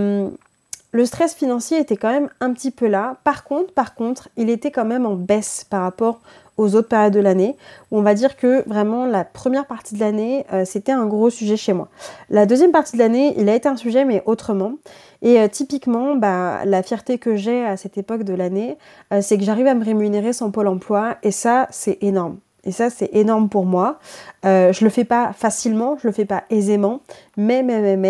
le stress financier était quand même un petit peu là. Par contre, il était quand même en baisse par rapport aux autres périodes de l'année, où on va dire que vraiment la première partie de l'année, c'était un gros sujet chez moi. La deuxième partie de l'année, il a été un sujet, mais autrement. Et typiquement, la fierté que j'ai à cette époque de l'année, c'est que j'arrive à me rémunérer sans Pôle emploi, et ça, c'est énorme. Et ça, c'est énorme pour moi. Je le fais pas facilement, je le fais pas aisément, mais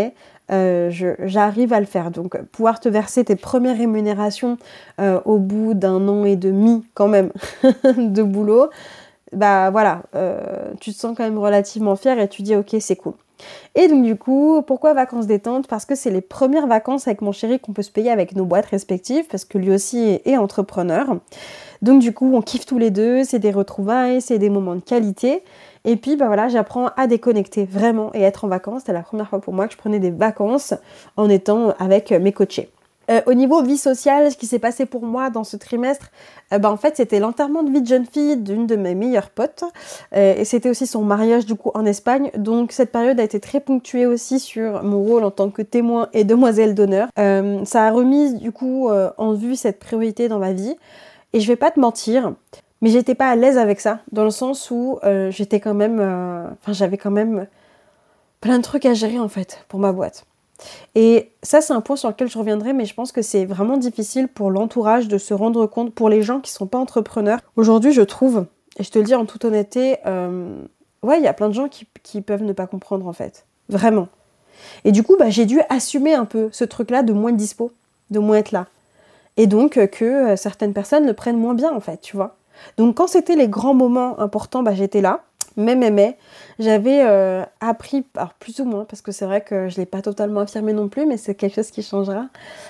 j'arrive à le faire. Donc, pouvoir te verser tes premières rémunérations au bout d'un an et demi, quand même, de boulot, bah voilà, tu te sens quand même relativement fière et tu dis ok, c'est cool. Et donc du coup, pourquoi vacances détente? Parce que c'est les premières vacances avec mon chéri qu'on peut se payer avec nos boîtes respectives, parce que lui aussi est entrepreneur. Donc du coup, on kiffe tous les deux, c'est des retrouvailles, c'est des moments de qualité. Et puis bah voilà, j'apprends à déconnecter vraiment et être en vacances. C'était la première fois pour moi que je prenais des vacances en étant avec mes coachés. Au niveau vie sociale, ce qui s'est passé pour moi dans ce trimestre, en fait c'était l'enterrement de vie de jeune fille d'une de mes meilleures potes et c'était aussi son mariage du coup en Espagne, donc cette période a été très ponctuée aussi sur mon rôle en tant que témoin et demoiselle d'honneur. Ça a remis du coup en vue cette priorité dans ma vie et je vais pas te mentir, mais j'étais pas à l'aise avec ça, dans le sens où j'étais quand même, j'avais quand même plein de trucs à gérer en fait pour ma boîte. Et ça, c'est un point sur lequel je reviendrai, mais je pense que c'est vraiment difficile pour l'entourage de se rendre compte, pour les gens qui sont pas entrepreneurs. Aujourd'hui, je trouve, et je te le dis en toute honnêteté, ouais, il y a plein de gens qui peuvent ne pas comprendre en fait. Vraiment. Et du coup, j'ai dû assumer un peu ce truc-là de moins dispo, de moins être là. Et donc, que certaines personnes le prennent moins bien en fait, tu vois. Donc, quand c'était les grands moments importants, j'étais là. Mais, j'avais appris, alors plus ou moins, parce que c'est vrai que je ne l'ai pas totalement affirmé non plus, mais c'est quelque chose qui changera,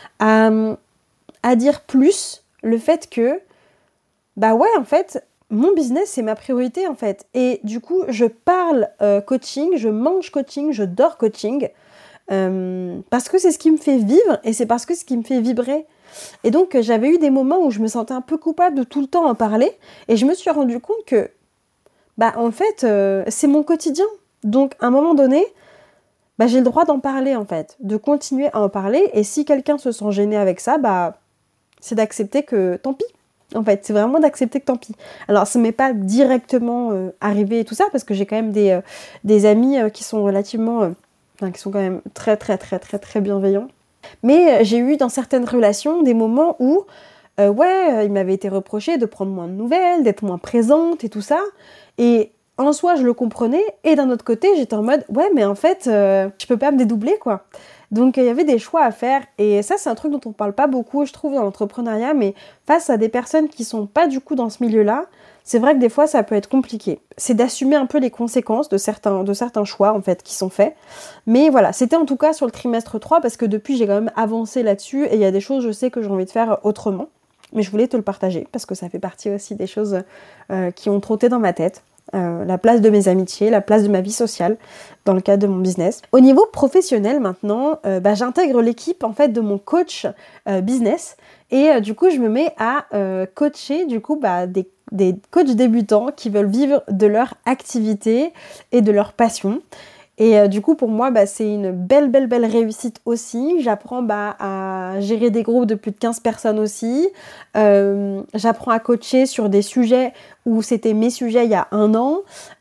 à dire plus le fait que, ouais, en fait, mon business, c'est ma priorité, en fait. Et du coup, je parle coaching, je mange coaching, je dors coaching, parce que c'est ce qui me fait vivre, et c'est parce que c'est ce qui me fait vibrer. Et donc, j'avais eu des moments où je me sentais un peu coupable de tout le temps en parler, et je me suis rendu compte que en fait, c'est mon quotidien. Donc, à un moment donné, j'ai le droit d'en parler, en fait, de continuer à en parler. Et si quelqu'un se sent gêné avec ça, c'est d'accepter que tant pis. En fait, c'est vraiment d'accepter que tant pis. Alors, ça m'est pas directement arrivé et tout ça, parce que j'ai quand même des amis qui sont relativement... qui sont quand même très, très, très, très, très bienveillants. Mais j'ai eu dans certaines relations des moments où, il m'avait été reproché de prendre moins de nouvelles, d'être moins présente et tout ça. Et en soi, je le comprenais. Et d'un autre côté, j'étais en mode, ouais, mais en fait, je peux pas me dédoubler, quoi. Donc, il y avait des choix à faire. Et ça, c'est un truc dont on parle pas beaucoup, je trouve, dans l'entrepreneuriat. Mais face à des personnes qui sont pas du coup dans ce milieu-là, c'est vrai que des fois, ça peut être compliqué. C'est d'assumer un peu les conséquences de certains choix, en fait, qui sont faits. Mais voilà, c'était en tout cas sur le trimestre 3, parce que depuis, j'ai quand même avancé là-dessus. Et il y a des choses, je sais, que j'ai envie de faire autrement. Mais je voulais te le partager, parce que ça fait partie aussi des choses qui ont trotté dans ma tête. La place de mes amitiés, la place de ma vie sociale dans le cadre de mon business. Au niveau professionnel maintenant, j'intègre l'équipe en fait de mon coach business et du coup je me mets à coacher du coup des coachs débutants qui veulent vivre de leur activité et de leur passion. Et du coup, pour moi, c'est une belle réussite aussi. J'apprends à gérer des groupes de plus de 15 personnes aussi. J'apprends à coacher sur des sujets où c'était mes sujets il y a un an.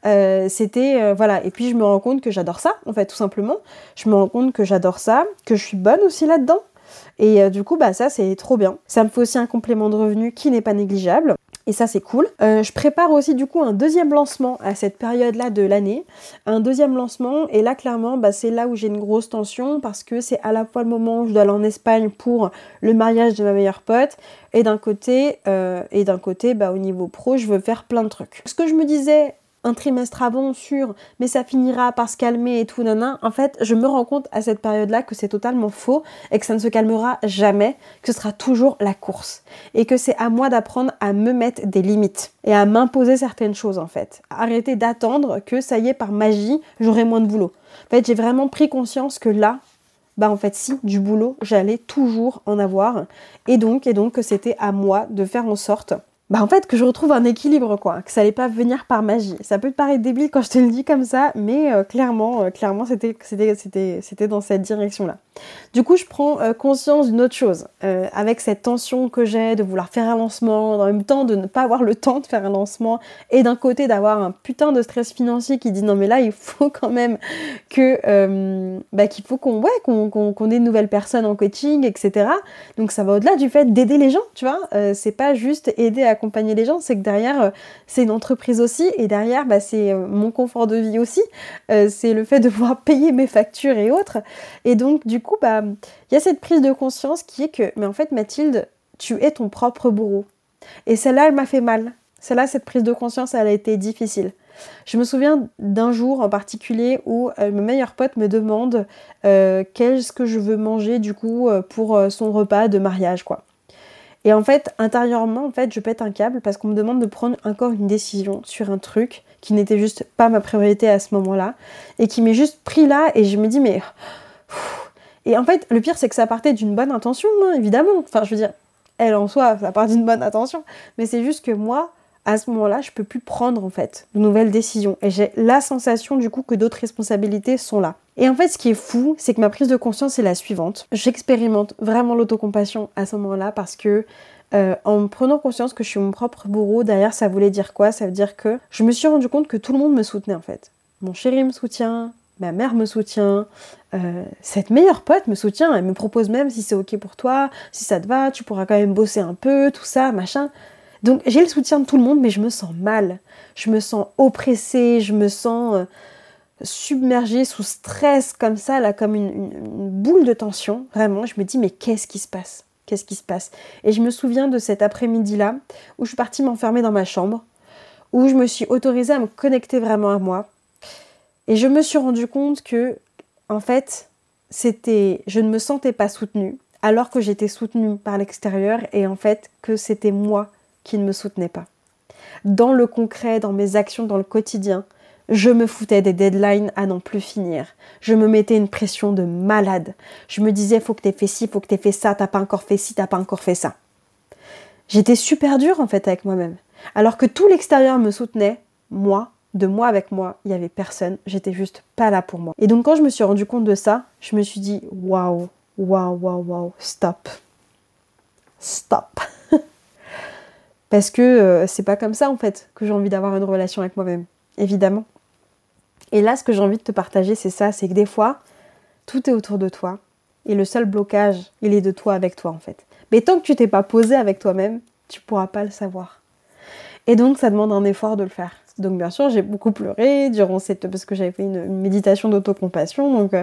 Voilà. Et puis, je me rends compte que j'adore ça, en fait, tout simplement. Je me rends compte que j'adore ça, que je suis bonne aussi là-dedans. Et du coup, ça, c'est trop bien. Ça me fait aussi un complément de revenu qui n'est pas négligeable. Et ça, c'est cool. Je prépare aussi du coup un deuxième lancement à cette période-là de l'année. Un deuxième lancement. Et là, clairement, c'est là où j'ai une grosse tension parce que c'est à la fois le moment où je dois aller en Espagne pour le mariage de ma meilleure pote. Et d'un côté, au niveau pro, je veux faire plein de trucs. Ce que je me disais un trimestre avant sur mais ça finira par se calmer et tout, nanan. En fait, je me rends compte à cette période-là que c'est totalement faux et que ça ne se calmera jamais, que ce sera toujours la course. Et que c'est à moi d'apprendre à me mettre des limites et à m'imposer certaines choses en fait. Arrêter d'attendre que ça y est, par magie, j'aurai moins de boulot. En fait, j'ai vraiment pris conscience que là, en fait si, du boulot, j'allais toujours en avoir. Et donc que c'était à moi de faire en sorte en fait, que je retrouve un équilibre, quoi, que ça allait pas venir par magie. Ça peut te paraître débile quand je te le dis comme ça, mais clairement, c'était dans cette direction-là. Du coup, je prends conscience d'une autre chose, avec cette tension que j'ai de vouloir faire un lancement, en même temps de ne pas avoir le temps de faire un lancement, et d'un côté d'avoir un putain de stress financier qui dit non mais là, il faut quand même que, qu'il faut qu'on ait de nouvelles personnes en coaching, etc. Donc ça va au-delà du fait d'aider les gens, tu vois. C'est pas juste aider à accompagner les gens, c'est que derrière, c'est une entreprise aussi, et derrière, c'est mon confort de vie aussi, c'est le fait de pouvoir payer mes factures et autres. Et donc, du coup, il y a cette prise de conscience qui est que, mais en fait, Mathilde, tu es ton propre bourreau. Et celle-là, elle m'a fait mal. Celle-là, cette prise de conscience, elle a été difficile. Je me souviens d'un jour en particulier où ma meilleure pote me demande qu'est-ce que je veux manger du coup pour son repas de mariage, quoi. Et en fait, intérieurement, en fait, je pète un câble parce qu'on me demande de prendre encore une décision sur un truc qui n'était juste pas ma priorité à ce moment-là et qui m'est juste pris là et je me dis mais... Et en fait, le pire, c'est que ça partait d'une bonne intention, hein, évidemment. Enfin, je veux dire, elle en soi, ça part d'une bonne intention. Mais c'est juste que moi, à ce moment-là, je peux plus prendre, en fait, de nouvelles décisions. Et j'ai la sensation, du coup, que d'autres responsabilités sont là. Et en fait, ce qui est fou, c'est que ma prise de conscience est la suivante. J'expérimente vraiment l'autocompassion à ce moment-là parce que en prenant conscience que je suis mon propre bourreau, derrière, ça voulait dire quoi? Ça veut dire que je me suis rendu compte que tout le monde me soutenait, en fait. Mon chéri me soutient, ma mère me soutient, cette meilleure pote me soutient, elle me propose même si c'est ok pour toi, si ça te va, tu pourras quand même bosser un peu, tout ça, machin. Donc j'ai le soutien de tout le monde, mais je me sens mal, je me sens oppressée, je me sens submergée sous stress comme ça, là, comme une boule de tension, vraiment. Je me dis mais qu'est-ce qui se passe? Qu'est-ce qui se passe? Et je me souviens de cet après-midi-là où je suis partie m'enfermer dans ma chambre, où je me suis autorisée à me connecter vraiment à moi. Et je me suis rendu compte que, en fait, je ne me sentais pas soutenue, alors que j'étais soutenue par l'extérieur, et en fait, que c'était moi qui ne me soutenais pas. Dans le concret, dans mes actions, dans le quotidien, je me foutais des deadlines à n'en plus finir. Je me mettais une pression de malade. Je me disais, faut que t'aies fait ci, faut que t'aies fait ça, t'as pas encore fait ci, t'as pas encore fait ça. J'étais super dure, en fait, avec moi-même. Alors que tout l'extérieur me soutenait, de moi avec moi, il n'y avait personne, j'étais juste pas là pour moi. Et donc quand je me suis rendu compte de ça, je me suis dit waouh, stop. Parce que c'est pas comme ça en fait que j'ai envie d'avoir une relation avec moi-même, évidemment. Et là, ce que j'ai envie de te partager, c'est ça, c'est que des fois, tout est autour de toi et le seul blocage, il est de toi avec toi en fait. Mais tant que tu t'es pas posé avec toi-même, tu pourras pas le savoir. Et donc ça demande un effort de le faire. Donc bien sûr, j'ai beaucoup pleuré durant parce que j'avais fait une méditation d'autocompassion. Donc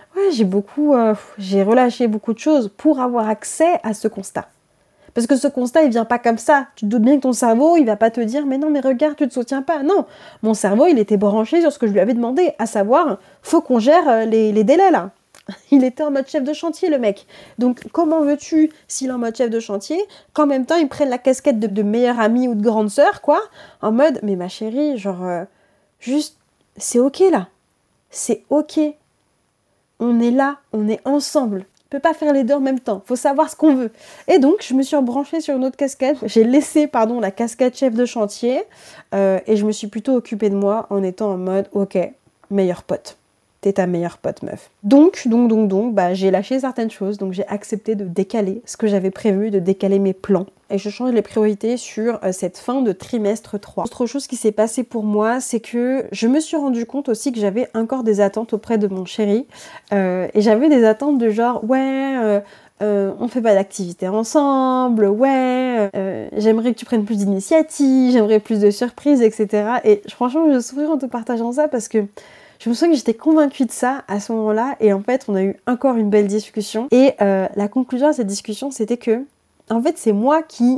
j'ai relâché beaucoup de choses pour avoir accès à ce constat. Parce que ce constat, il vient pas comme ça. Tu te doutes bien que ton cerveau, il va pas te dire « Mais non, mais regarde, tu te soutiens pas ». Non, mon cerveau, il était branché sur ce que je lui avais demandé, à savoir, faut qu'on gère les délais là. Il était en mode chef de chantier, le mec. Donc, comment veux-tu, s'il est en mode chef de chantier, qu'en même temps, il prenne la casquette de meilleure amie ou de grande sœur, quoi, en mode, mais ma chérie, juste, c'est ok, là. C'est ok. On est là, on est ensemble. On peut pas faire les deux en même temps. Faut savoir ce qu'on veut. Et donc, je me suis rebranchée sur une autre casquette. J'ai laissé, la casquette chef de chantier, et je me suis plutôt occupée de moi en étant en mode, ok, meilleure pote. T'es ta meilleure pote, meuf. Donc, j'ai lâché certaines choses, donc j'ai accepté de décaler ce que j'avais prévu, de décaler mes plans. Et je change les priorités sur cette fin de trimestre 3. Autre chose qui s'est passée pour moi, c'est que je me suis rendu compte aussi que j'avais encore des attentes auprès de mon chéri. Et j'avais des attentes de genre, on fait pas d'activité ensemble, j'aimerais que tu prennes plus d'initiatives, j'aimerais plus de surprises, etc. Et franchement, je souris en te partageant ça parce que je me souviens que j'étais convaincue de ça à ce moment-là, et en fait, on a eu encore une belle discussion. Et la conclusion à cette discussion, c'était que, en fait, c'est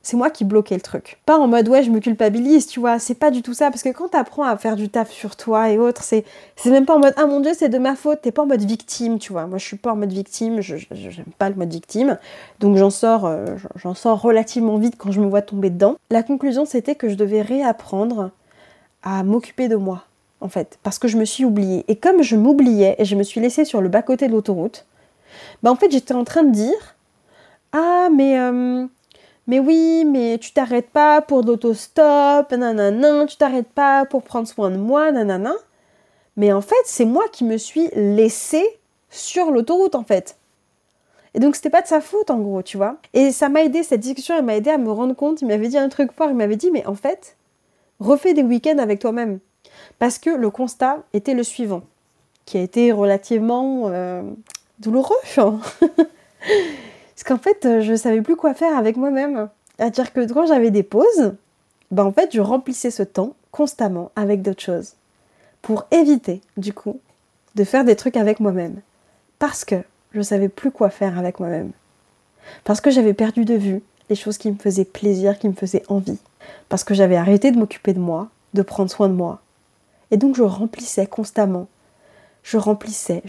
C'est moi qui bloquais le truc. Pas en mode ouais je me culpabilise, tu vois, c'est pas du tout ça. Parce que quand t'apprends à faire du taf sur toi et autres, c'est même pas en mode ah mon dieu c'est de ma faute, t'es pas en mode victime, tu vois. Moi je suis pas en mode victime, j'aime pas le mode victime. Donc j'en sors relativement vite quand je me vois tomber dedans. La conclusion c'était que je devais réapprendre à m'occuper de moi, en fait. Parce que je me suis oubliée. Et comme je m'oubliais et je me suis laissée sur le bas-côté de l'autoroute, bah en fait j'étais en train de dire ah mais oui, mais tu t'arrêtes pas pour de l'autostop, nanana, tu t'arrêtes pas pour prendre soin de moi, nanana. Mais en fait, c'est moi qui me suis laissée sur l'autoroute, en fait. Et donc, c'était pas de sa faute, en gros, tu vois. Et ça m'a aidé, cette discussion, elle m'a aidé à me rendre compte. Il m'avait dit un truc fort, il m'avait dit, mais en fait, refais des week-ends avec toi-même. Parce que le constat était le suivant, qui a été relativement douloureux, hein. Parce qu'en fait, je savais plus quoi faire avec moi-même. C'est-à-dire que quand j'avais des pauses, ben en fait, je remplissais ce temps constamment avec d'autres choses. Pour éviter, du coup, de faire des trucs avec moi-même. Parce que je savais plus quoi faire avec moi-même. Parce que j'avais perdu de vue les choses qui me faisaient plaisir, qui me faisaient envie. Parce que j'avais arrêté de m'occuper de moi, de prendre soin de moi. Et donc je remplissais constamment. Je remplissais.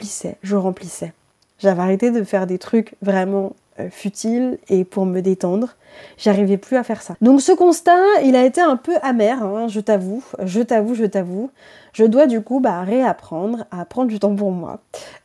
J'avais arrêté de faire des trucs vraiment futiles et pour me détendre. J'arrivais plus à faire ça. Donc ce constat, il a été un peu amer, hein, je t'avoue. Je dois du coup réapprendre à prendre du temps pour moi.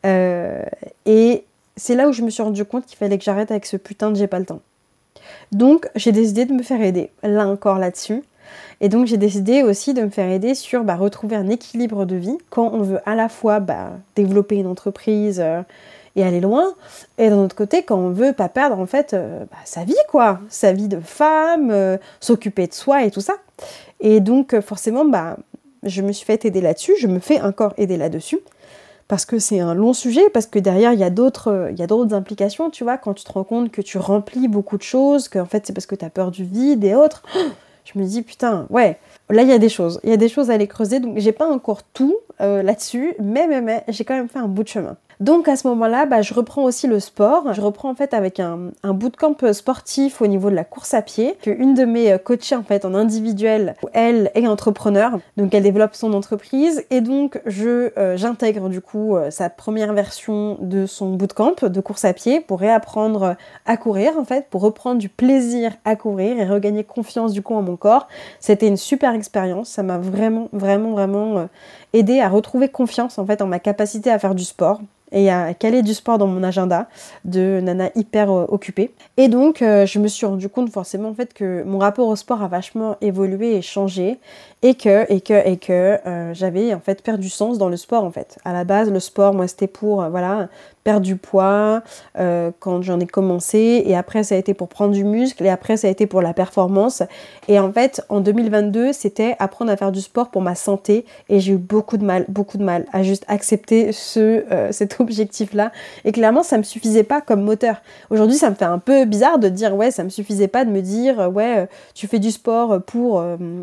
Et c'est là où je me suis rendu compte qu'il fallait que j'arrête avec ce putain de j'ai pas le temps. Donc j'ai décidé de me faire aider, là encore là-dessus. Et donc j'ai décidé aussi de me faire aider sur retrouver un équilibre de vie quand on veut à la fois développer une entreprise et aller loin, et d'un autre côté quand on veut pas perdre en fait sa vie quoi, sa vie de femme, s'occuper de soi et tout ça. Et donc forcément je me suis fait aider là-dessus, je me fais encore aider là-dessus. Parce que c'est un long sujet, parce que derrière, il y a d'autres implications, tu vois, quand tu te rends compte que tu remplis beaucoup de choses, qu'en fait, c'est parce que tu as peur du vide et autres. Je me dis, putain, ouais, là, il y a des choses à aller creuser, donc j'ai pas encore tout là-dessus, mais j'ai quand même fait un bout de chemin. Donc à ce moment-là, je reprends aussi le sport. Je reprends en fait avec un bootcamp sportif au niveau de la course à pied. Une de mes coachées en fait en individuel, elle est entrepreneur, donc elle développe son entreprise et donc j'intègre du coup sa première version de son bootcamp de course à pied pour réapprendre à courir en fait, pour reprendre du plaisir à courir et regagner confiance du coup en mon corps. C'était une super expérience, ça m'a vraiment aidé à retrouver confiance en fait en ma capacité à faire du sport et à caler du sport dans mon agenda de nana hyper occupée. Et donc je me suis rendu compte forcément en fait que mon rapport au sport a vachement évolué et changé et que j'avais en fait perdu sens dans le sport en fait. À la base le sport moi c'était pour perdre du poids quand j'en ai commencé et après ça a été pour prendre du muscle et après ça a été pour la performance et en fait en 2022 c'était apprendre à faire du sport pour ma santé et j'ai eu beaucoup de mal à juste accepter cet objectif là et clairement ça me suffisait pas comme moteur. Aujourd'hui ça me fait un peu bizarre de dire ouais ça me suffisait pas de me dire tu fais du sport pour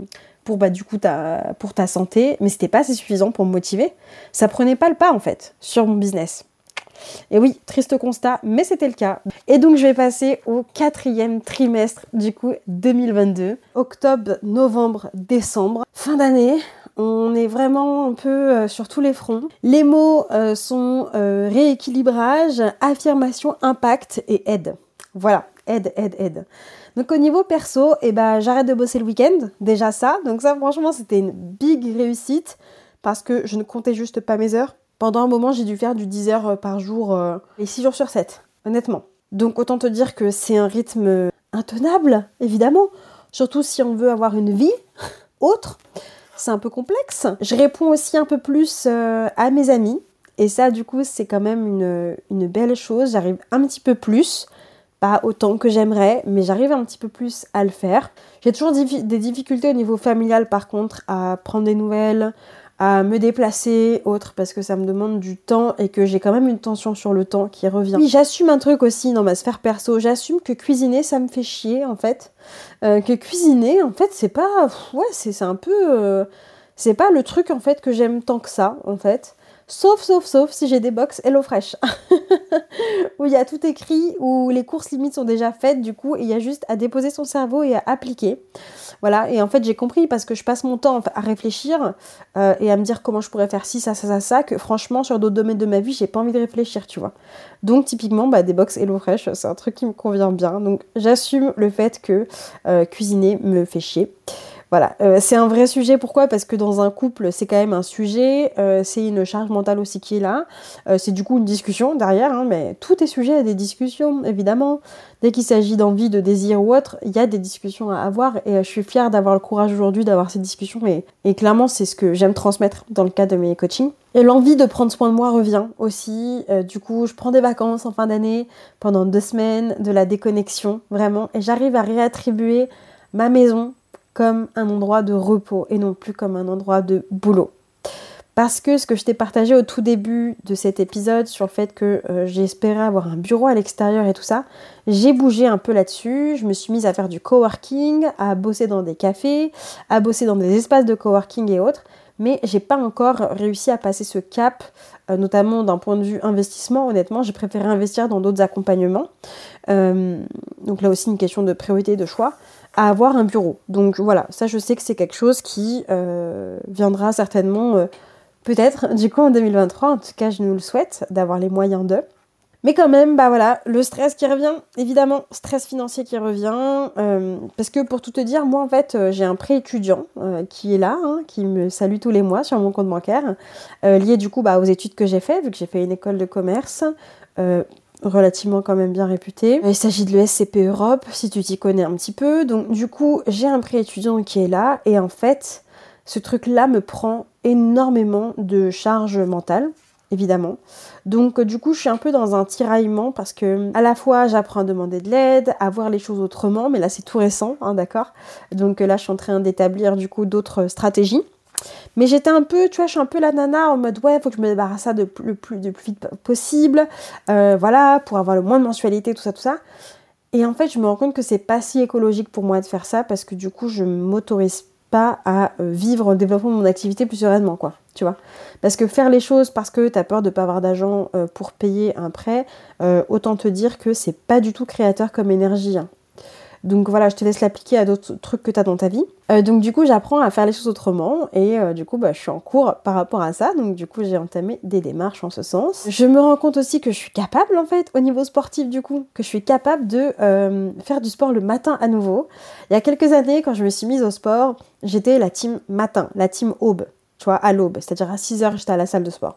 du coup pour ta santé, mais c'était pas assez suffisant pour me motiver. Ça prenait pas le pas en fait sur mon business. Et oui, triste constat, mais c'était le cas. Et donc je vais passer au 4e trimestre du coup 2022. Octobre, novembre, décembre. Fin d'année, on est vraiment un peu sur tous les fronts. Les mots sont rééquilibrage, affirmation, impact et aide. Voilà, aide. Donc au niveau perso, j'arrête de bosser le week-end, déjà ça. Donc ça franchement c'était une big réussite parce que je ne comptais juste pas mes heures. Pendant un moment, j'ai dû faire du 10 heures par jour et 6 jours sur 7, honnêtement. Donc autant te dire que c'est un rythme intenable, évidemment. Surtout si on veut avoir une vie autre. C'est un peu complexe. Je réponds aussi un peu plus à mes amis. Et ça, du coup, c'est quand même une belle chose. J'arrive un petit peu plus. Pas autant que j'aimerais, mais j'arrive un petit peu plus à le faire. J'ai toujours des difficultés au niveau familial, par contre, à prendre des nouvelles, à me déplacer, autre, parce que ça me demande du temps et que j'ai quand même une tension sur le temps qui revient. Oui, j'assume un truc aussi dans ma sphère perso. J'assume que cuisiner, ça me fait chier, en fait. Que cuisiner, en fait, c'est pas... Ouais, c'est un peu... c'est pas le truc, en fait, que j'aime tant que ça, en fait. Sauf si j'ai des box HelloFresh où il y a tout écrit, où les courses limites sont déjà faites du coup, et il y a juste à déposer son cerveau et à appliquer. Voilà, et en fait j'ai compris parce que je passe mon temps à réfléchir et à me dire comment je pourrais faire ci, ça, que franchement sur d'autres domaines de ma vie j'ai pas envie de réfléchir, tu vois. Donc typiquement des box HelloFresh, c'est un truc qui me convient bien. Donc j'assume le fait que cuisiner me fait chier. Voilà, c'est un vrai sujet. Pourquoi? Parce que dans un couple, c'est quand même un sujet, c'est une charge mentale aussi qui est là. C'est du coup une discussion derrière, hein, mais tout est sujet à des discussions, évidemment. Dès qu'il s'agit d'envie, de désir ou autre, il y a des discussions à avoir et je suis fière d'avoir le courage aujourd'hui d'avoir ces discussions et clairement, c'est ce que j'aime transmettre dans le cadre de mes coachings. Et l'envie de prendre soin de moi revient aussi. Du coup, je prends des vacances en fin d'année pendant 2 semaines, de la déconnexion, vraiment. Et j'arrive à réattribuer ma maison comme un endroit de repos et non plus comme un endroit de boulot. Parce que ce que je t'ai partagé au tout début de cet épisode sur le fait que j'espérais avoir un bureau à l'extérieur et tout ça, j'ai bougé un peu là-dessus, je me suis mise à faire du coworking, à bosser dans des cafés, à bosser dans des espaces de coworking et autres, mais j'ai pas encore réussi à passer ce cap, notamment d'un point de vue investissement. Honnêtement, j'ai préféré investir dans d'autres accompagnements. Donc là aussi une question de priorité, de choix, à avoir un bureau. Donc voilà, ça je sais que c'est quelque chose qui viendra certainement peut-être du coup en 2023, en tout cas je nous le souhaite, d'avoir les moyens d'eux. Mais quand même, voilà, le stress qui revient, évidemment, stress financier qui revient, parce que pour tout te dire, moi en fait, j'ai un prêt étudiant qui est là, hein, qui me salue tous les mois sur mon compte bancaire, lié du coup aux études que j'ai fait, vu que j'ai fait une école de commerce, relativement quand même bien réputée. Il s'agit de l'ESCP Europe, si tu t'y connais un petit peu. Donc du coup, j'ai un prêt étudiant qui est là, et en fait, ce truc-là me prend énormément de charge mentale, évidemment. Donc du coup, je suis un peu dans un tiraillement parce que à la fois, j'apprends à demander de l'aide, à voir les choses autrement, mais là, c'est tout récent, hein, d'accord? Donc là, je suis en train d'établir du coup d'autres stratégies. Mais j'étais un peu, tu vois, je suis un peu la nana en mode faut que je me débarrasse ça le plus vite possible, voilà, pour avoir le moins de mensualité, tout ça. Et en fait, je me rends compte que c'est pas si écologique pour moi de faire ça parce que du coup, je m'autorise pas à vivre le développement de mon activité plus sereinement, quoi, tu vois. Parce que faire les choses parce que t'as peur de pas avoir d'argent pour payer un prêt, autant te dire que c'est pas du tout créateur comme énergie, hein. Donc voilà, je te laisse l'appliquer à d'autres trucs que tu as dans ta vie. Donc du coup, j'apprends à faire les choses autrement et du coup, je suis en cours par rapport à ça. Donc du coup, j'ai entamé des démarches en ce sens. Je me rends compte aussi que je suis capable en fait, au niveau sportif du coup, que je suis capable de faire du sport le matin à nouveau. Il y a quelques années, quand je me suis mise au sport, j'étais la team matin, la team aube, tu vois, à l'aube. C'est-à-dire à 6h, j'étais à la salle de sport.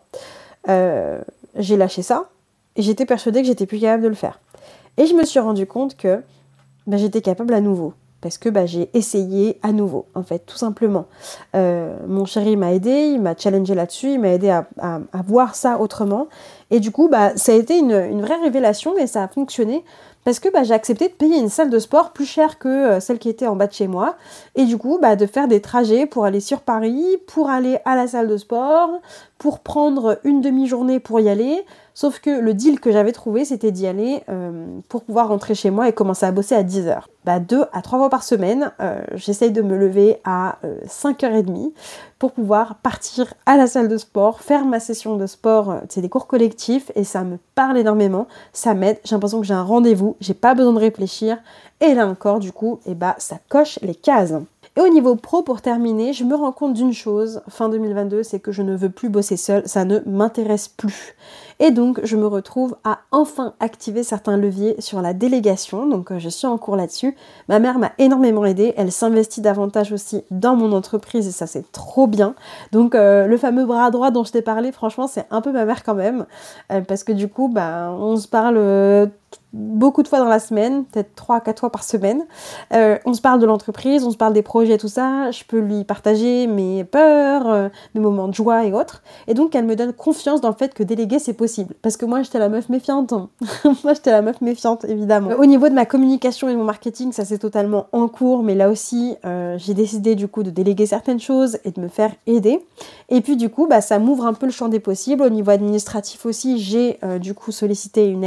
J'ai lâché ça et j'étais persuadée que j'étais plus capable de le faire. Et je me suis rendu compte que j'étais capable à nouveau. Parce que j'ai essayé à nouveau, en fait, tout simplement. Mon chéri m'a aidé, il m'a challengé là-dessus, il m'a aidé à voir ça autrement. Et du coup, ça a été une vraie révélation et ça a fonctionné. Parce que j'ai accepté de payer une salle de sport plus chère que celle qui était en bas de chez moi. Et du coup, de faire des trajets pour aller sur Paris, pour aller à la salle de sport, pour prendre une demi-journée pour y aller. Sauf que le deal que j'avais trouvé, c'était d'y aller pour pouvoir rentrer chez moi et commencer à bosser à 10h. 2 à 3 fois par semaine, j'essaye de me lever à 5h30 pour pouvoir partir à la salle de sport, faire ma session de sport, c'est des cours collectifs et ça me parle énormément, ça m'aide, j'ai l'impression que j'ai un rendez-vous, j'ai pas besoin de réfléchir et là encore du coup, ça coche les cases. Et au niveau pro, pour terminer, je me rends compte d'une chose, fin 2022, c'est que je ne veux plus bosser seule, ça ne m'intéresse plus. Et donc, je me retrouve à enfin activer certains leviers sur la délégation, donc je suis en cours là-dessus. Ma mère m'a énormément aidée, elle s'investit davantage aussi dans mon entreprise et ça c'est trop bien. Donc le fameux bras droit dont je t'ai parlé, franchement c'est un peu ma mère quand même, parce que du coup, on se parle beaucoup de fois dans la semaine, peut-être 3 à 4 fois par semaine. On se parle de l'entreprise, on se parle des projets, tout ça. Je peux lui partager mes peurs, mes moments de joie et autres. Et donc, elle me donne confiance dans le fait que déléguer, c'est possible. Parce que moi, j'étais la meuf méfiante. Moi, j'étais la meuf méfiante, évidemment. Au niveau de ma communication et de mon marketing, ça c'est totalement en cours. Mais là aussi, j'ai décidé du coup de déléguer certaines choses et de me faire aider. Et puis du coup, ça m'ouvre un peu le champ des possibles. Au niveau administratif aussi, j'ai du coup sollicité une aide.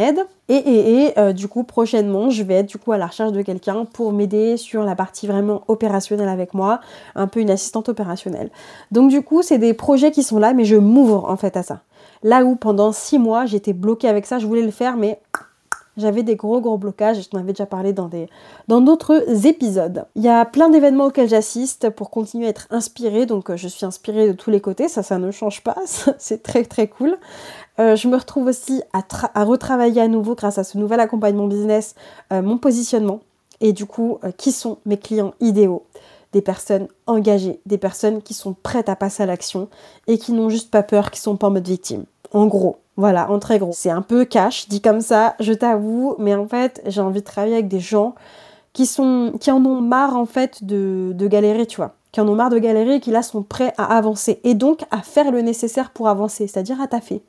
Du coup, prochainement, je vais être du coup à la recherche de quelqu'un pour m'aider sur la partie vraiment opérationnelle avec moi, un peu une assistante opérationnelle. Donc du coup, c'est des projets qui sont là, mais je m'ouvre en fait à ça. Là où pendant 6 mois, j'étais bloquée avec ça, je voulais le faire, mais j'avais des gros blocages, je t'en avais déjà parlé dans d'autres épisodes. Il y a plein d'événements auxquels j'assiste pour continuer à être inspirée, donc je suis inspirée de tous les côtés, ça ne change pas, c'est très très cool. Je me retrouve aussi à retravailler à nouveau grâce à ce nouvel accompagnement business, mon positionnement et du coup, qui sont mes clients idéaux. Des personnes engagées, des personnes qui sont prêtes à passer à l'action et qui n'ont juste pas peur, qui sont pas en mode victime. En gros, voilà, en très gros. C'est un peu cash, dit comme ça, je t'avoue, mais en fait, j'ai envie de travailler avec des gens qui en ont marre en fait de galérer, tu vois. Qui en ont marre de galérer et qui là sont prêts à avancer. Et donc à faire le nécessaire pour avancer, c'est-à-dire à taffer,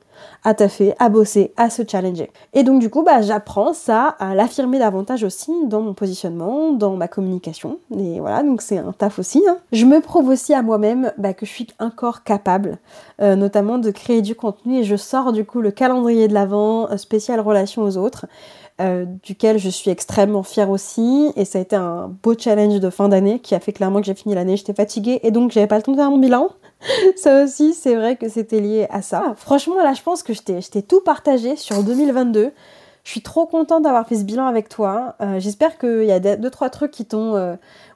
à bosser, à se challenger. Et donc du coup, j'apprends ça, à l'affirmer davantage aussi dans mon positionnement, dans ma communication. Et voilà, donc c'est un taf aussi. Hein. Je me prouve aussi à moi-même que je suis encore capable, notamment de créer du contenu. Et je sors du coup le calendrier de l'Avent, spécial relation aux autres. Duquel je suis extrêmement fière aussi, et ça a été un beau challenge de fin d'année qui a fait clairement que j'ai fini l'année, j'étais fatiguée et donc j'avais pas le temps de faire mon bilan. Ça aussi, c'est vrai que c'était lié à ça. Franchement, là, je pense que je t'ai tout partagé sur 2022. Je suis trop contente d'avoir fait ce bilan avec toi. J'espère qu'il y a 2-3 trucs qui t'ont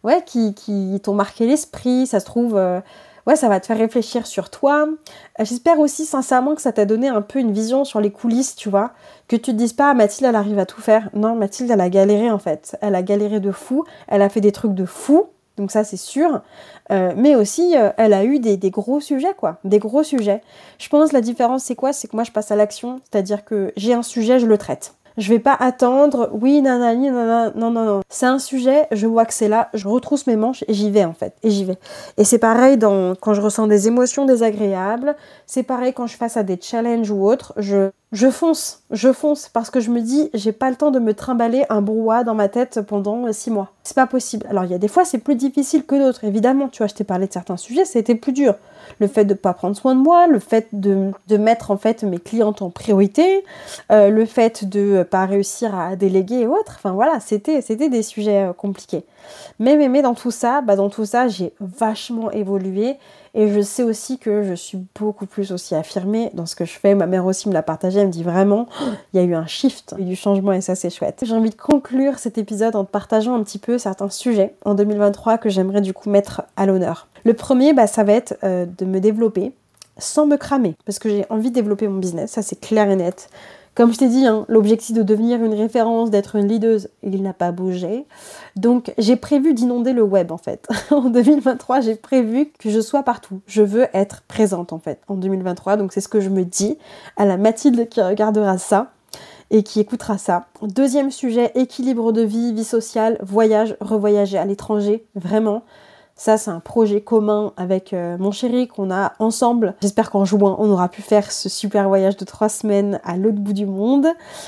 qui t'ont marqué l'esprit. Ça se trouve, ça va te faire réfléchir sur toi. J'espère aussi sincèrement que ça t'a donné un peu une vision sur les coulisses, tu vois. Que tu te dises pas, Mathilde, elle arrive à tout faire. Non, Mathilde, elle a galéré en fait. Elle a galéré de fou. Elle a fait des trucs de fou. Donc ça, c'est sûr. Mais aussi, elle a eu des gros sujets, quoi. Des gros sujets. Je pense la différence, c'est quoi? C'est que moi, je passe à l'action. C'est-à-dire que j'ai un sujet, je le traite. Je vais pas attendre, oui, nanani, nanana, non. C'est un sujet, je vois que c'est là, je retrousse mes manches et j'y vais en fait. Et j'y vais. Et c'est pareil quand je ressens des émotions désagréables. C'est pareil quand je face à des challenges ou autres. Je fonce parce que je me dis, j'ai pas le temps de me trimballer un brouhaha dans ma tête pendant 6 mois. C'est pas possible. Alors il y a des fois c'est plus difficile que d'autres, évidemment. Tu vois, je t'ai parlé de certains sujets, ça a été plus dur. Le fait de pas prendre soin de moi, le fait de mettre en fait mes clientes en priorité, le fait de pas réussir à déléguer et autres. Enfin voilà, c'était des sujets compliqués. Mais dans tout ça, j'ai vachement évolué. Et je sais aussi que je suis beaucoup plus aussi affirmée dans ce que je fais. Ma mère aussi me l'a partagé, elle me dit vraiment, il y a eu un shift, il y a eu du changement et ça c'est chouette. J'ai envie de conclure cet épisode en te partageant un petit peu certains sujets en 2023 que j'aimerais du coup mettre à l'honneur. Le premier, ça va être de me développer sans me cramer, parce que j'ai envie de développer mon business, ça c'est clair et net. Comme je t'ai dit, l'objectif de devenir une référence, d'être une leaduse, il n'a pas bougé. Donc j'ai prévu d'inonder le web en fait. En 2023, j'ai prévu que je sois partout. Je veux être présente en fait en 2023. Donc c'est ce que je me dis à la Mathilde qui regardera ça et qui écoutera ça. Deuxième sujet, équilibre de vie, vie sociale, voyage, revoyager à l'étranger, vraiment. Ça, c'est un projet commun avec mon chéri qu'on a ensemble. J'espère qu'en juin, on aura pu faire ce super voyage de 3 semaines à l'autre bout du monde.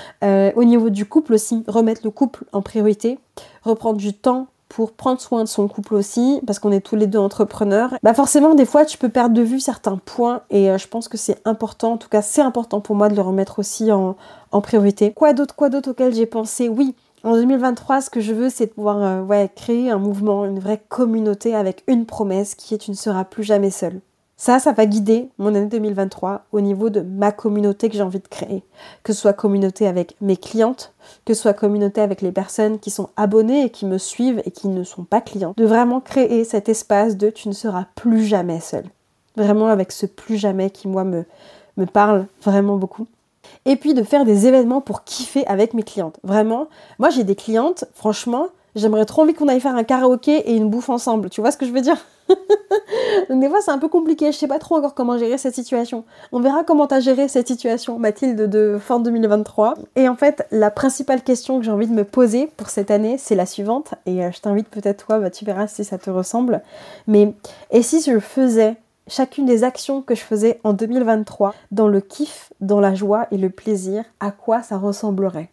Au niveau du couple aussi, remettre le couple en priorité, reprendre du temps pour prendre soin de son couple aussi, parce qu'on est tous les deux entrepreneurs. Forcément, des fois, tu peux perdre de vue certains points, et je pense que c'est important, en tout cas, c'est important pour moi de le remettre aussi en priorité. Quoi d'autre auquel j'ai pensé? Oui, en 2023, ce que je veux, c'est de pouvoir créer un mouvement, une vraie communauté avec une promesse qui est « tu ne seras plus jamais seul ». Ça va guider mon année 2023 au niveau de ma communauté que j'ai envie de créer. Que ce soit communauté avec mes clientes, que ce soit communauté avec les personnes qui sont abonnées et qui me suivent et qui ne sont pas clientes. De vraiment créer cet espace de « tu ne seras plus jamais seul ». Vraiment avec ce « plus jamais » qui, moi, me parle vraiment beaucoup. Et puis de faire des événements pour kiffer avec mes clientes. Vraiment, moi j'ai des clientes, franchement, j'aimerais trop envie qu'on aille faire un karaoké et une bouffe ensemble. Tu vois ce que je veux dire? Donc des fois c'est un peu compliqué, je sais pas trop encore comment gérer cette situation. On verra comment t'as géré cette situation, Mathilde, de fin 2023. Et en fait, la principale question que j'ai envie de me poser pour cette année, c'est la suivante. Et je t'invite peut-être toi, tu verras si ça te ressemble. Mais et si je faisais chacune des actions que je faisais en 2023, dans le kiff, dans la joie et le plaisir, à quoi ça ressemblerait?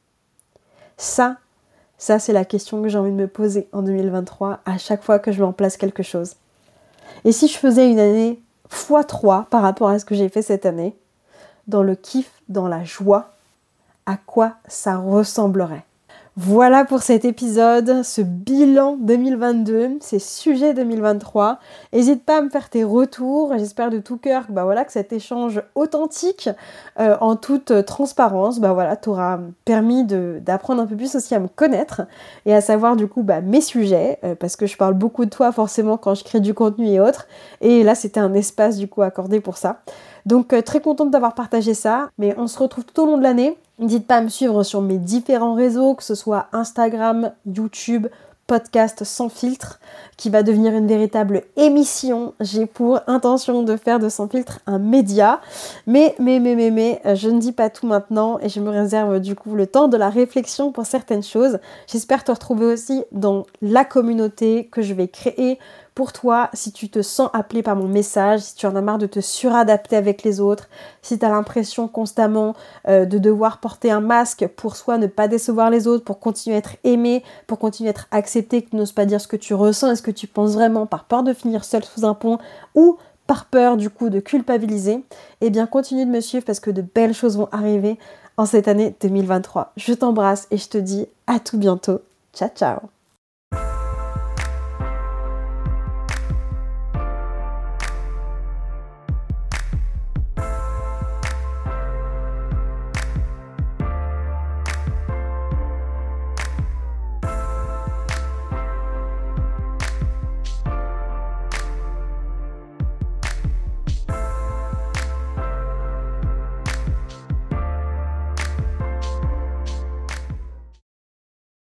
Ça c'est la question que j'ai envie de me poser en 2023 à chaque fois que je mets en place quelque chose. Et si je faisais une année x3 par rapport à ce que j'ai fait cette année, dans le kiff, dans la joie, à quoi ça ressemblerait. Voilà pour cet épisode, ce bilan 2022, ces sujets 2023. N'hésite pas à me faire tes retours. J'espère de tout cœur que cet échange authentique, en toute transparence, t'aura permis d'apprendre un peu plus aussi à me connaître et à savoir mes sujets, parce que je parle beaucoup de toi forcément quand je crée du contenu et autres. Et là, c'était un espace accordé pour ça. Donc très contente d'avoir partagé ça, mais on se retrouve tout au long de l'année. N'hésite pas à me suivre sur mes différents réseaux, que ce soit Instagram, YouTube, podcast sans filtre, qui va devenir une véritable émission. J'ai pour intention de faire de Sans Filtre un média, mais, je ne dis pas tout maintenant et je me réserve le temps de la réflexion pour certaines choses. J'espère te retrouver aussi dans la communauté que je vais créer pour toi, si tu te sens appelé par mon message, si tu en as marre de te suradapter avec les autres, si tu as l'impression constamment de devoir porter un masque pour soit ne pas décevoir les autres, pour continuer à être aimé, pour continuer à être accepté, que tu n'oses pas dire ce que tu ressens et ce que tu penses vraiment par peur de finir seul sous un pont ou par peur de culpabiliser, eh bien continue de me suivre parce que de belles choses vont arriver en cette année 2023. Je t'embrasse et je te dis à tout bientôt. Ciao ciao.